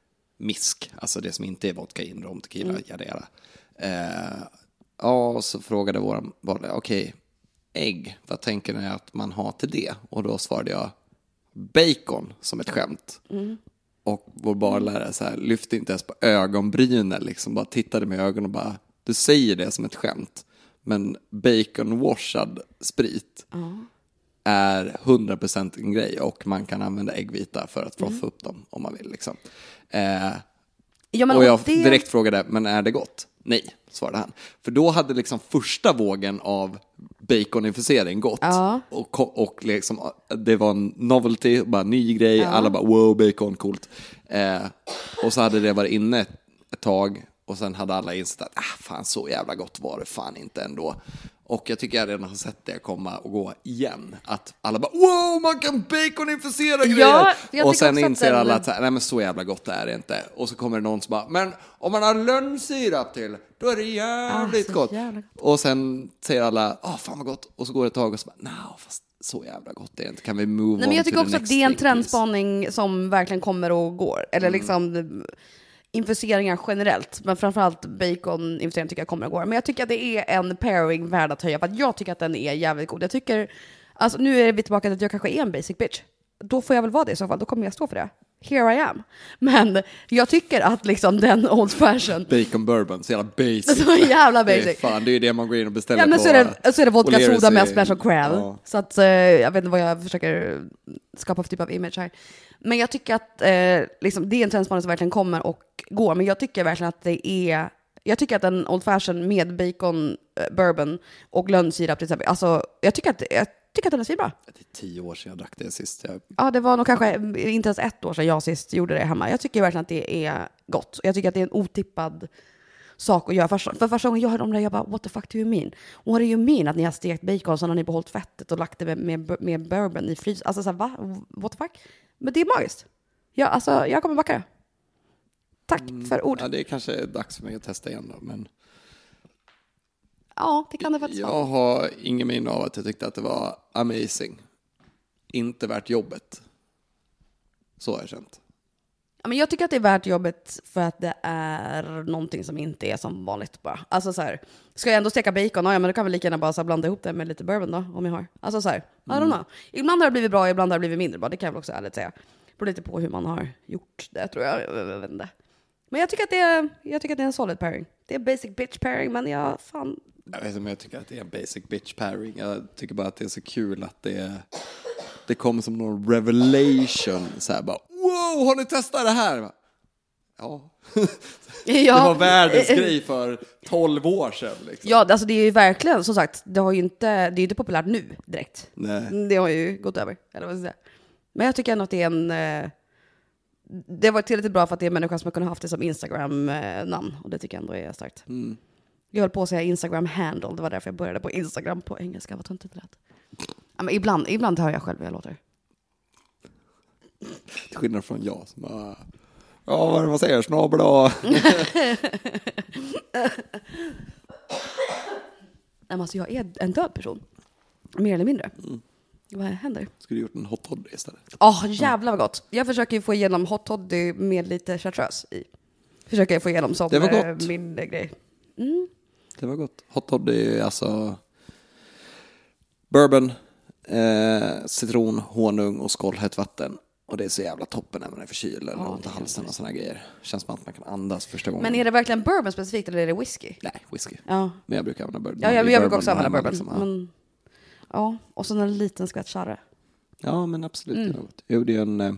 misk, alltså det som inte är vodka, in, rom, tequila, mm. jada, jada. Eh, ja, och så frågade våran barlärare, okej, okay, ägg, vad tänker ni att man har till det? Och då svarade jag bacon som ett skämt. Mm. Och vår barlärare så här, lyfte inte ens på ögonbrynen, liksom bara tittade med ögonen och bara, du säger det som ett skämt, men bacon-washad sprit mm. är hundra procent en grej och man kan använda äggvita för att frotha mm. upp dem om man vill. Liksom. Eh, ja, men och jag det... direkt frågade, men är det gott? Nej, svarade han. För då hade liksom första vågen av baconinfusering gått. Ja. Och, och liksom, det var en novelty, bara ny grej. Ja. Alla bara, wow, bacon, coolt. Eh, och så hade det varit inne ett, ett tag. Och sen hade alla insett att, ah, fan, så jävla gott var det fan inte ändå. Och jag tycker jag redan har sett det komma och gå igen. Att alla bara, wow, man kan baconinfusera grejer. Ja, jag och tycker sen också att inser den- alla att så här, nej men så jävla gott är det inte. Och så kommer det någon som bara, men om man har lönnsirap till, då är det jävligt Ah, så gott. jävla gott. Och sen säger alla, ah fan vad gott. Och så går det ett tag och så bara, nej fast så jävla gott är det inte. Kan vi move Nej, on men jag to tycker the också att next det är en thing, please? trendspaning som verkligen kommer och går. Eller Mm. liksom infuseringar generellt. Men framförallt bacon-infuseringar tycker jag kommer och går. Men jag tycker att det är en pairing värd att höja. För att jag tycker att den är jävligt god. Jag tycker, alltså nu är vi tillbaka till att jag kanske är en basic bitch. Då får jag väl vara det i så fall. Då kommer jag stå för det. Here I am. Men jag tycker att liksom den old fashion, Bacon bourbon, så jävla basic. så jävla Det är, basic. fan, det är ju det man går in och beställer Ja, men på. så är det, så är det vodka O'Learys soda med är- splash och crab. Ja. Så att, eh, jag vet inte vad jag försöker skapa för typ av image här. Men jag tycker att eh, liksom, det är en trendspaning som verkligen kommer och går. Men jag tycker verkligen att det är... Jag tycker att en old fashion med bacon, eh, bourbon och lönnsirap till exempel. Alltså, jag tycker att, jag tycker att den är svinbra. Det är tio år sedan jag drack det sist. Jag... Ja, det var nog kanske inte ens ett år sedan jag sist gjorde det hemma. Jag tycker verkligen att det är gott. Jag tycker att det är en otippad sak att göra. För, för första gången jag hörde om det, jag bara, what the fuck do you mean? What do you mean att ni har stekt bacon så har ni behållit fettet och lagt det med, med, med bourbon i frys? Alltså så här, va? What the fuck? Men det är magiskt. Ja, alltså, jag kommer backa. Tack mm, för ord. Ja, det är kanske dags för mig att testa igen då, men... Ja, det kan det faktiskt jag vara. Jag har ingen minne av att jag tyckte att det var amazing. Inte värt jobbet. Så har jag känt. Ja, men jag tycker att det är värt jobbet för att det är någonting som inte är som vanligt bara. Alltså så här, ska jag ändå steka bacon? Ja, men då kan vi lika gärna bara så här blanda ihop det med lite bourbon då, om jag har. Alltså så här, I don't know. Ibland har det blivit bra, ibland har det blivit mindre bra. Det kan jag väl också ärligt säga. Det beror lite på hur man har gjort det, tror jag. Jag vet inte. Men jag tycker att det är, jag tycker att det är en solid pairing. Det är basic bitch pairing, men jag fan... Jag vet inte om jag tycker att det är en basic bitch pairing. Jag tycker bara att det är så kul att det, det kommer som någon revelation. Så här bara, wow, har ni testat det här? Ja. Ja. Det var världens grej för tolv år sedan. Liksom. Ja, alltså det är ju verkligen, som sagt, det har ju inte, det är inte populärt nu direkt. Nej. Det har ju gått över, eller vad ska jag säga. Men jag tycker ändå att det är en... Det var tillräckligt bra för att det är människor som har kunnat haft det som Instagram-namn. Och det tycker jag ändå är starkt. Mm. Jag höll på att säga Instagram-handle. Det var därför jag började på Instagram på engelska. Vad töntigt det lät. Ja, men ibland, ibland hör jag själv hur jag låter. Till skillnad från jag som bara... Ja, vad är det man säger? Snabel då. Alltså, jag är en död person. Mer eller mindre. Mm. Vad händer? Skulle du gjort en hot toddy istället? Åh, oh, jävlar vad gott. Jag försöker ju få igenom hot toddy med lite chartreuse i. Försöker jag få igenom som det var gott. Min grej. Mm. Det var gott. Hot toddy är alltså bourbon, eh, citron, honung och skållhett vatten. Och det är så jävla toppen när man är förkyld eller ont i halsen och såna grejer. Känns som att man kan andas första gången. Men är det verkligen bourbon specifikt eller är det whisky? Nej, whisky. Ja. Men jag brukar använda bourbon. Ja, jag, jag brukar också använda bourbon. Liksom, ja. Men, ja, och så en liten skvätt charre. Ja, men absolut. Mm. Jag gjorde ju en... Eh,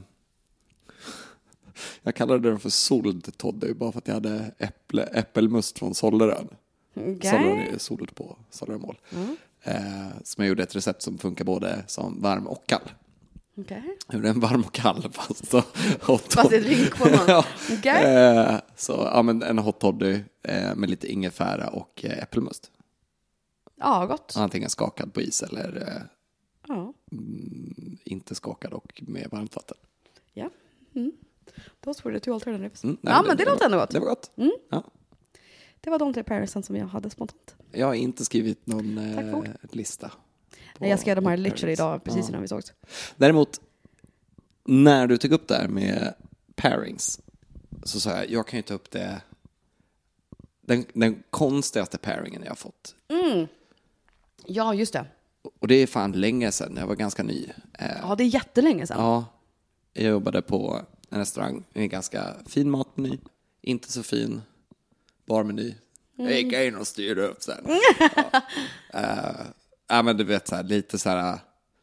jag kallade den för sold toddy bara för att jag hade äpple, äppelmust från Sollerön. Okay. Sollerön är sold på Sollerönmål. Mm. Eh, som jag gjorde ett recept som funkar både som varm och kall. Okay. Jag gjorde en varm och kall fast så hot fast det är drinkform. ja. Okay. eh, Så ja, men en hot toddy eh, med lite ingefära och eh, äppelmust. Ja, gott. Antingen skakad på is eller eh, ja. mm, inte skakad och med varmt vatten. Ja. Mm. Those were the two alternatives. Mm, nej, ja, det, men det, det låter ändå gott. Det var gott. Mm. Ja. Det var de tre pairsen som jag hade spontant. Jag har inte skrivit någon eh, lista. Nej, jag skrev de här literally idag, precis ja. innan vi sågs. Däremot, när du tog upp det här med pairings, så sa jag, jag kan ju ta upp det, den, den konstigaste pairingen jag har fått. Mm. Ja, just det. Och det är fan länge sedan, jag var ganska ny. Ja, det är jättelänge sedan. Ja, jag jobbade på en restaurang, en ganska fin matmeny, inte så fin barmeny. Mm. Jag gick in och styrde upp sen. ja. Uh, ja, men du vet så här, lite så här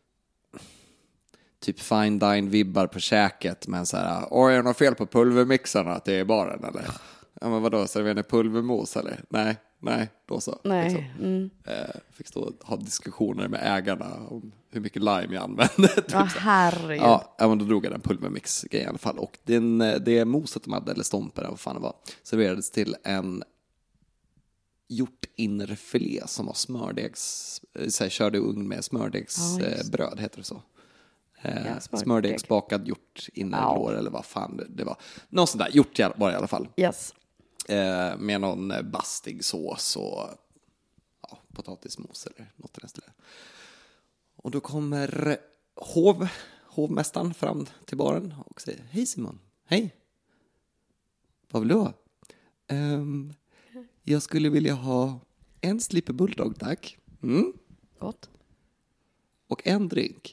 typ fine dine vibbar på käket, men så här, åh, är det något fel på pulvermixarna att det är baren eller? Ja, men vadå, serverar ni pulvermos eller? Nej, nej, då så. Nej. Liksom. Mm. Uh, fick stå och ha diskussioner med ägarna om hur mycket lime jag använde. Typ ja, herregud. Ja, men då drog jag den pulvermix-grejen i alla fall. Och den, det moset de hade, eller stompen, vad fan det var, serverades till en hjortinnerfilé som var smördegs, så här, körde i ugn med smördegsbröd, ja, heter det så. Eh, ja, smördegsbakad hjortinnerlår, ja. Eller vad fan det, det var. Någon sån där, hjort var det i alla fall. Yes. Eh, med någon bastig sås och ja, potatismos eller något i den stilen. Och då kommer hov, hovmästaren fram till baren och säger, hej Simon, hej. Vad vill du ha? Um, jag skulle vilja ha en slipper bulldog, tack. Mm. Gott. Och en drink.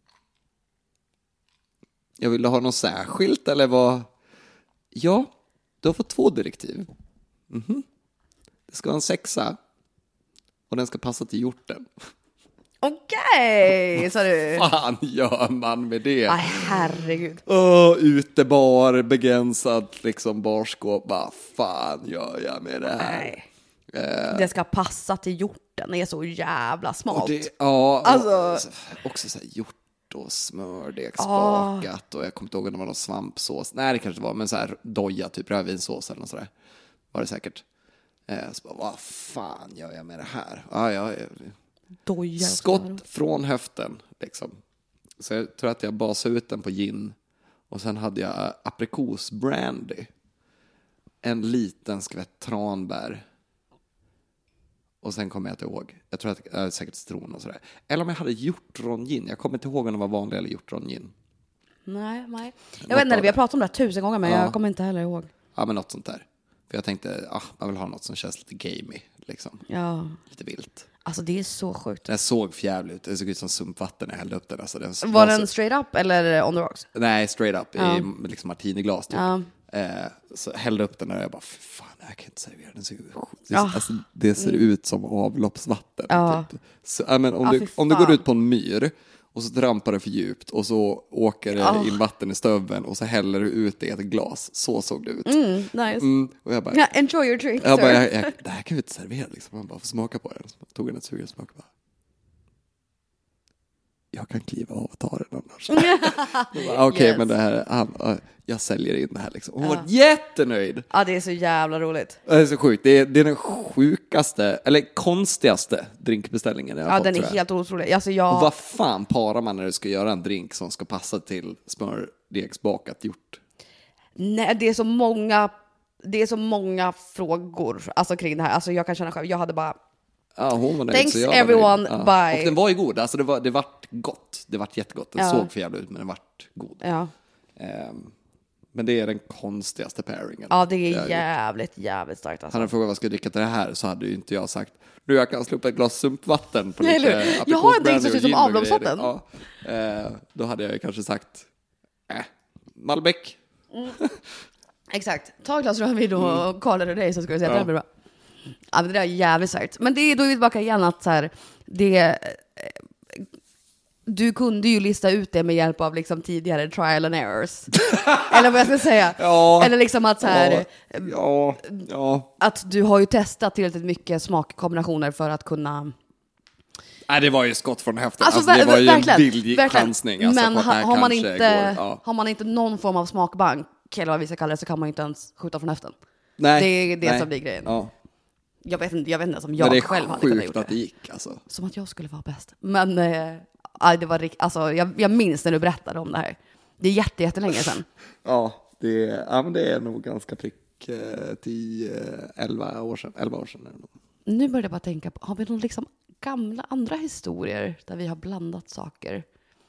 Jag vill ha något särskilt eller vad? Ja, du har fått två direktiv. Mm-hmm. Det ska vara en sexa och den ska passa till hjorten. Okej, okay, sa du. Vad fan gör man med det? Aj, herregud. Åh, utebar, begränsat liksom barskåp. Vad fan gör jag med det här? Nej. Eh, Det ska passa till hjorten. Det är så jävla smalt. och det, ja, Alltså- och, också så här hjort och smördeg Ja. spakat. Och jag kommer inte ihåg om det var någon svampsås. Nej, det kanske det var. Men så här doja, typ rödvinsås eller något sådär. Var det säkert. Eh, så bara, vad fan gör jag med det här? Ja, ja, ja. Doja. Skott från höften, liksom. Så jag tror att jag basade ut den på gin. Och sen hade jag aprikosbrandy. En liten skvätt tranbär. Och sen kommer jag inte ihåg. Jag tror att det är säkert citron och sådär. Eller om jag hade hjortrongin. Jag kommer inte ihåg om det var vanlig eller hjortrongin. Nej, nej. Jag Något vet inte, av vi har det. pratat om det här tusen gånger, men Ja. jag kommer inte heller ihåg. Ja, men något sånt där. För jag tänkte, ah, man vill ha något som känns lite gamey, liksom. Ja, Lite vilt. alltså det är så sjukt. Den såg fjävlig ut. Det såg ut som sumpvatten när jag hällde upp den. Alltså, den Var så- den straight up eller on the rocks? Nej, straight up Ja. i liksom martiniglas typ. Ja. Eh, så hällde upp den och jag bara, fy fan, det här kan jag inte servera. Den ser, det, Ja. alltså, det ser ut som avloppsvatten. Ja. Typ. Så, ja, men om, Ja, du, fy om du fan. går ut på en myr och så trampar du för djupt och så åker det Ja. in vatten i stöveln och så häller du ut det i ett glas. Så såg det ut. Mm, nice. Mm, och jag bara, Ja, enjoy your drink, jag sir. bara jag, jag, det här kan vi inte servera liksom. Man bara får smaka på den. Så tog den ett sug och smakade bara. Jag kan kliva av och ta den annars. Okej, okay, Yes. men det här, han, jag säljer in det här liksom. Hon Ja. var jättenöjd. Ja, det är så jävla roligt. Det är så sjukt. Det är, det är den sjukaste, eller konstigaste drinkbeställningen jag har Ja, fått, den är tror jag. helt otrolig. Alltså Och jag... vad fan parar man när du ska göra en drink som ska passa till smördegsbakat hjort? Nej, det är så många... Det är så många frågor alltså, kring det här. Alltså jag kan känna själv, jag hade bara... Ja, hon var nöjd, Thanks så jag var everyone, nöjd. Ja. bye. Och den var ju god. Alltså det, var, det vart gott. Det vart jättegott. Den Ja. såg för jävla ut, men den vart god. Ja, Ehm, men det är den konstigaste pairingen. ja det är Jag- jävligt, jävligt starkt Han alltså. hade frågat vad ska jag dricka till det här, så hade ju inte jag sagt nu jag kan slå upp ett glas sumpvatten på Nej, lite eller hur? aprikosbrandy Jag har en drink som och ser ut som gin och avloppsvatten. grejer. Ja. Eh, då hade jag ju kanske sagt äh, Malbec. Exakt. Ta ett glas rödvin och kolla det dig så ska du se att Ja. det blir bra. Ja, men det där är jävligt starkt. Men det är då är vi tillbaka igen att så här, det... eh, Du kunde ju lista ut det med hjälp av liksom tidigare trial and errors. Eller vad jag ska säga. Ja. Eller liksom att så här, Ja, ja. att du har ju testat tillräckligt mycket smakkombinationer för att kunna... Nej, det var ju skott från höften. Alltså, Alltså, det ver- var ju verkligen, en vild verkligen. chansning. Alltså, Men på att det ha, här har, man kanske inte, går, ja. har man inte någon form av smakbank, eller vad vi ska kalla det, så kan man ju inte ens skjuta från höften. Nej, Det är det nej. som blir grejen. Ja. Jag vet inte, jag vet inte om Men jag det är själv hade kunnat sjukt gjort att det. det gick alltså. Som att jag skulle vara bäst. Men eh, aj, det var rikt, alltså, jag, jag minns när du berättade om det här. Det är jätte, jättelänge sedan. Ja, det är, ja, men det är nog ganska prick eh, till eh, elva år sedan. elva år sedan eller något. Nu började jag bara tänka på, har vi någon liksom gamla andra historier där vi har blandat saker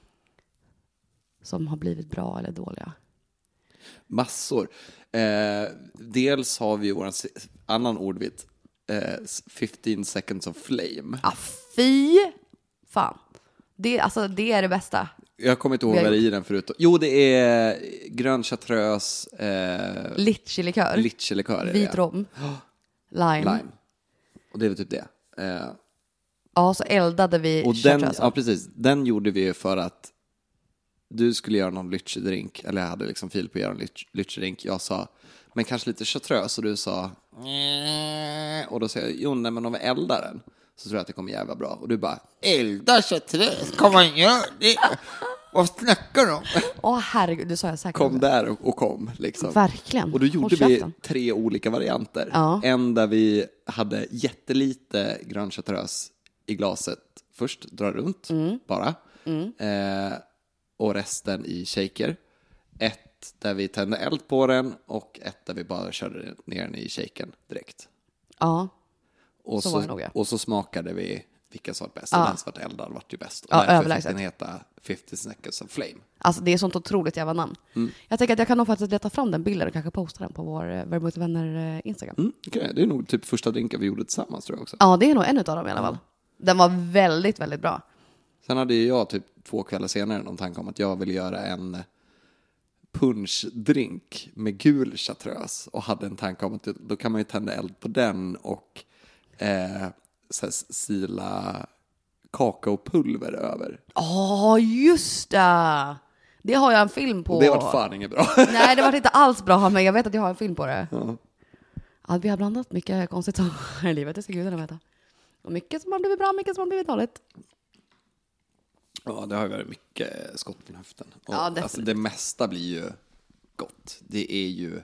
som har blivit bra eller dåliga? Massor. Eh, dels har vi vår annan ordvits. Eh, fifteen seconds of flame. Ah, fy fan. Det, alltså, det är det bästa. Jag kommer inte ihåg Vi har vad det är i den förut. Jo, det är grön chartreuse, eh, Litchi-likör, litchi-likör. är det. vit rom, lime. Lime. Och det är väl typ det. Eh, Ja, så eldade vi och den, chartreuse. ja, precis. Den gjorde vi för att du skulle göra någon lychedrink, eller jag hade liksom fil på att göra en lych- lychedrink. Jag sa, men kanske lite chartreuse, och du sa, "Nja." Och då sa jag, jo, nej, men om vi eldar den så tror jag att det kommer jävla bra. Och du bara, elda chartreuse, kan man göra det? Vad snackar du om? Åh herregud, du sa jag säkert. Kom där och, och kom, liksom. Verkligen. Och då gjorde Håll vi käften. tre olika varianter. Ja. En där vi hade jättelite grön chartreuse i glaset först, dra runt Mm. bara. Eh, och resten i shaker. Ett där vi tände eld på den och ett där vi bara körde ner den i shakern direkt. Ja. Och Så så, var det nog, ja. och så smakade vi vilka som var bäst. Ja. Och den som var eldad var ju bäst. Och Ja, därför fick överlägset. den heta fifty seconds of flame. Alltså det är sånt otroligt jävla namn. Mm. Jag tänker att jag kan nog faktiskt leta fram den bilden och kanske posta den på vår eh, Vermouth Vänner eh, Instagram. Mm, okay. Det är nog typ första drinken vi gjorde tillsammans, tror jag också. Ja, det är nog en av dem i alla fall. Den var väldigt, väldigt bra. Sen hade ju jag typ två kvällar senare någon tanke om att jag ville göra en punchdrink med gul chartreuse, och hade en tanke om att då kan man ju tända eld på den och eh, så här, sila kakaopulver över. Ja, just det! Det har jag en film på. Och det var fan inget bra. Nej, det var inte alls bra, men jag vet att jag har en film på det. Ja. att vi har blandat mycket konstigt här i livet, det ska gudarna veta. Och mycket som har blivit bra, mycket som har blivit dåligt. Ja, det har ju varit mycket skott från höften. Och Ja, alltså, det mesta blir ju gott. Det är ju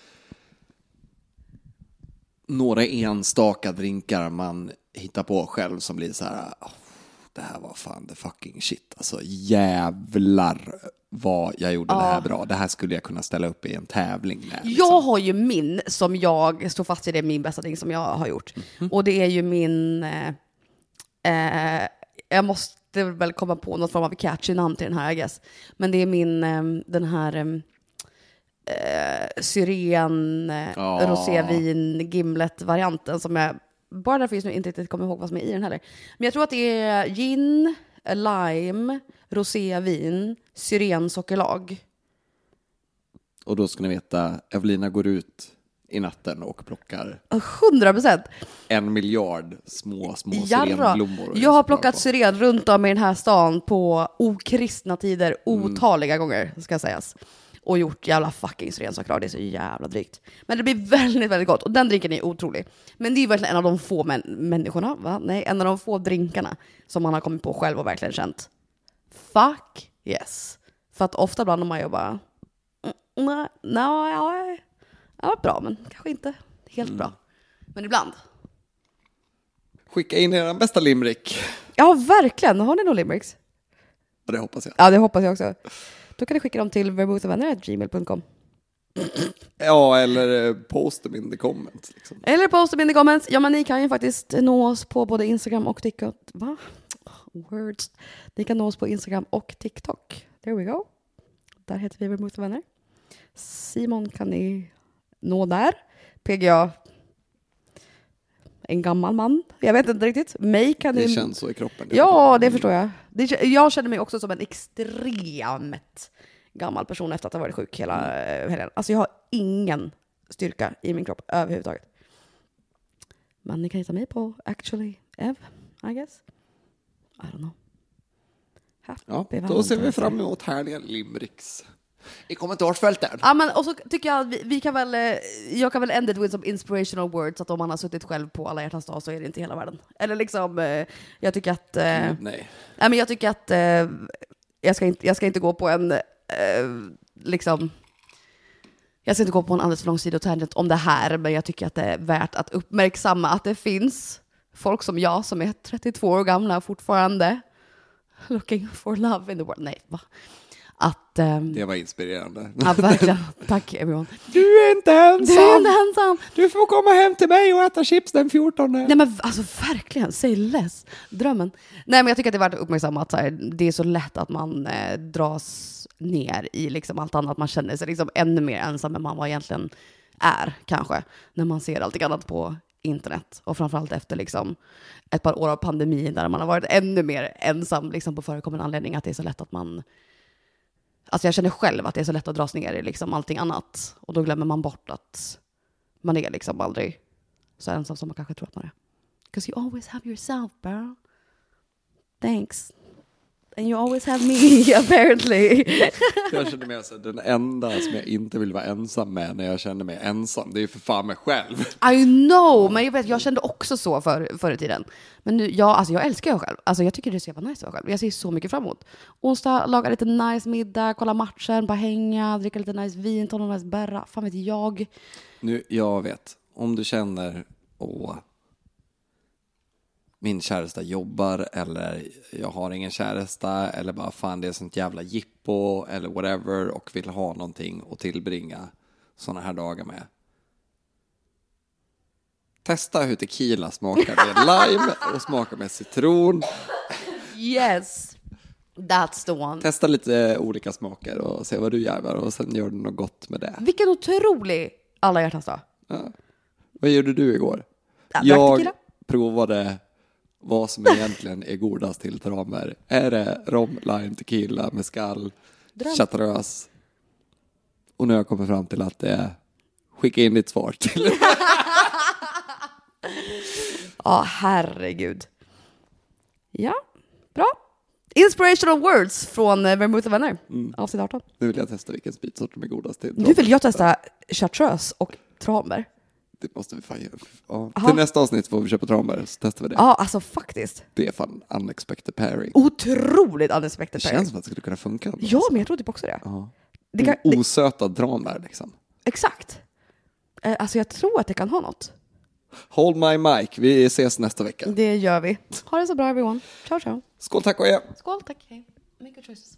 några enstaka drinkar man hittar på själv som blir så här, oh, det här var fan the fucking shit. Alltså jävlar vad jag gjorde ja. det här bra. Det här skulle jag kunna ställa upp i en tävling med. Liksom. Jag har ju min som jag står fast i, det är min bästa drink som jag har gjort. Mm-hmm. Och det är ju min eh, eh, jag måste väl komma på något form av catchy namn till den här, I guess. Men det är min eh, den här eh, syren eh, oh. rosévin gimlet varianten som jag bara därför just nu inte riktigt kommer ihåg vad som är i den heller. Men jag tror att det är gin, lime, rosévin, syrensockerlag. Och då ska ni veta, Evelina går ut i natten och plockar hundra procent en miljard små, små syrenblommor. Jag har plockat syren runt om i den här stan på okristna tider otaliga mm. gånger, ska sägas. Och gjort jävla fucking syrensockerlag. Det är så jävla drygt. Men det blir väldigt, väldigt gott. Och den drinken är otrolig. Men det är verkligen en av de få män- människorna, va? Nej, en av de få drinkarna som man har kommit på själv och verkligen känt. Fuck yes. För att ofta bland man ju bara nej, nej, ja, ja, bra, men kanske inte helt mm. bra. Men ibland. Skicka in er bästa limerick. Ja, verkligen. Har ni någon limericks? Ja, det hoppas jag. Ja, det hoppas jag också. Då kan ni skicka dem till vermouthvänner at gmail dot com. Ja, eller post them in the comments. Liksom. Eller post them in the comments. Ja, men ni kan ju faktiskt nå oss på både Instagram och TikTok. Va? Words. Ni kan nå oss på Instagram och TikTok. There we go. Där heter vi vermouthvänner. Simon kan ni nå där. P G A. En gammal man. Jag vet inte riktigt. Mig kan det ni... känns så i kroppen. Det ja, det förstår jag. Det, jag känner mig också som en extremt gammal person efter att ha varit sjuk hela helgen. Alltså jag har ingen styrka i min kropp överhuvudtaget. Men ni kan hitta mig på actually Ev, I guess. I don't know. Happy ja, då ser vi fram emot härliga limericks i kommentarsfälten. Ja, men och så tycker jag att vi, vi kan väl jag kan väl end it with some inspirational words, att om man har suttit själv på alla hjärtans dag så är det inte hela världen. Eller liksom jag tycker att mm, nej. Nej, men jag tycker att jag ska inte jag ska inte gå på en liksom jag ska inte gå på en alldeles för lång sidotangent om det här, men jag tycker att det är värt att uppmärksamma att det finns folk som jag som är trettiotvå år gamla fortfarande looking for love in the world. Nej, va? Att, um... det var inspirerande. Ja, verkligen. Tack, everyone. Du är inte ensam. Du är inte ensam. Du får komma hem till mig och äta chips den fjortonde. Nej, men alltså verkligen, say less. Drömmen. Nej, men jag tycker att det är värt att uppmärksamma att så här, det är så lätt att man eh, dras ner i liksom allt annat. Man känner sig liksom ännu mer ensam än man vad egentligen är, kanske. När man ser allt annat på internet. Och framförallt efter liksom ett par år av pandemi där man har varit ännu mer ensam liksom på förekommande anledning, att det är så lätt att man... Alltså jag känner själv att det är så lätt att dras ner i liksom allting annat. Och då glömmer man bort att man är liksom aldrig så ensam som man kanske tror att man är. Because you always have yourself, bro. Thanks. And you always have me, apparently. Jag känner mig alltså den enda som jag inte vill vara ensam med när jag känner mig ensam. Det är ju för fan mig själv. I know, men jag vet, jag kände också så för, förr i tiden. Men nu, ja, alltså jag älskar jag själv. Alltså jag tycker det är så jävla nice att vara själv. Jag ser så mycket fram emot. Onsdag, laga lite nice middag, kolla matchen, bara hänga, dricka lite nice vin, ta någon nice bärra. Fan vet jag. Nu, jag vet. Om du känner, åh, min käresta jobbar, eller jag har ingen käresta, eller bara fan det är sånt jävla jippo eller whatever, och vill ha någonting att tillbringa såna här dagar med. Testa hur tequila smakar med lime och smakar med citron. Yes, that's the one. Testa lite olika smaker och se vad du gör, och sen gör du något gott med det. Vilken otrolig alla hjärtans dag. Ja. Vad gjorde du igår? Ja, jag provade vad som egentligen är godast till tramer. Är det rom, lime, tequila, mezcal, chartreuse? Och nu har jag kommit fram till att det är skicka in ditt svar till. Ja, herregud. Ja, bra. Inspirational words från Vermouth och vänner. Mm. Avsnitt arton. Nu vill jag testa vilken spritsort som är godast till. Nu vill jag testa chartreuse och tramer. Det måste vi fan göra. Ja. Till nästa avsnitt får vi köpa tranbär så testar vi det. Ja, alltså faktiskt. Det är fan unexpected pairing. Otroligt unexpected Det pairing. känns som att det skulle kunna funka. Ja, alltså. men jag tror typ också det. Ja. det, kan, O- det Osötad tranbär liksom. exakt. Eh, Alltså jag tror att det kan ha något. Hold my mic. Vi ses nästa vecka. Det gör vi. Ha det så bra everyone. Ciao, ciao. Skål, tack och ja. Skål, tack. Hej. Make your choices.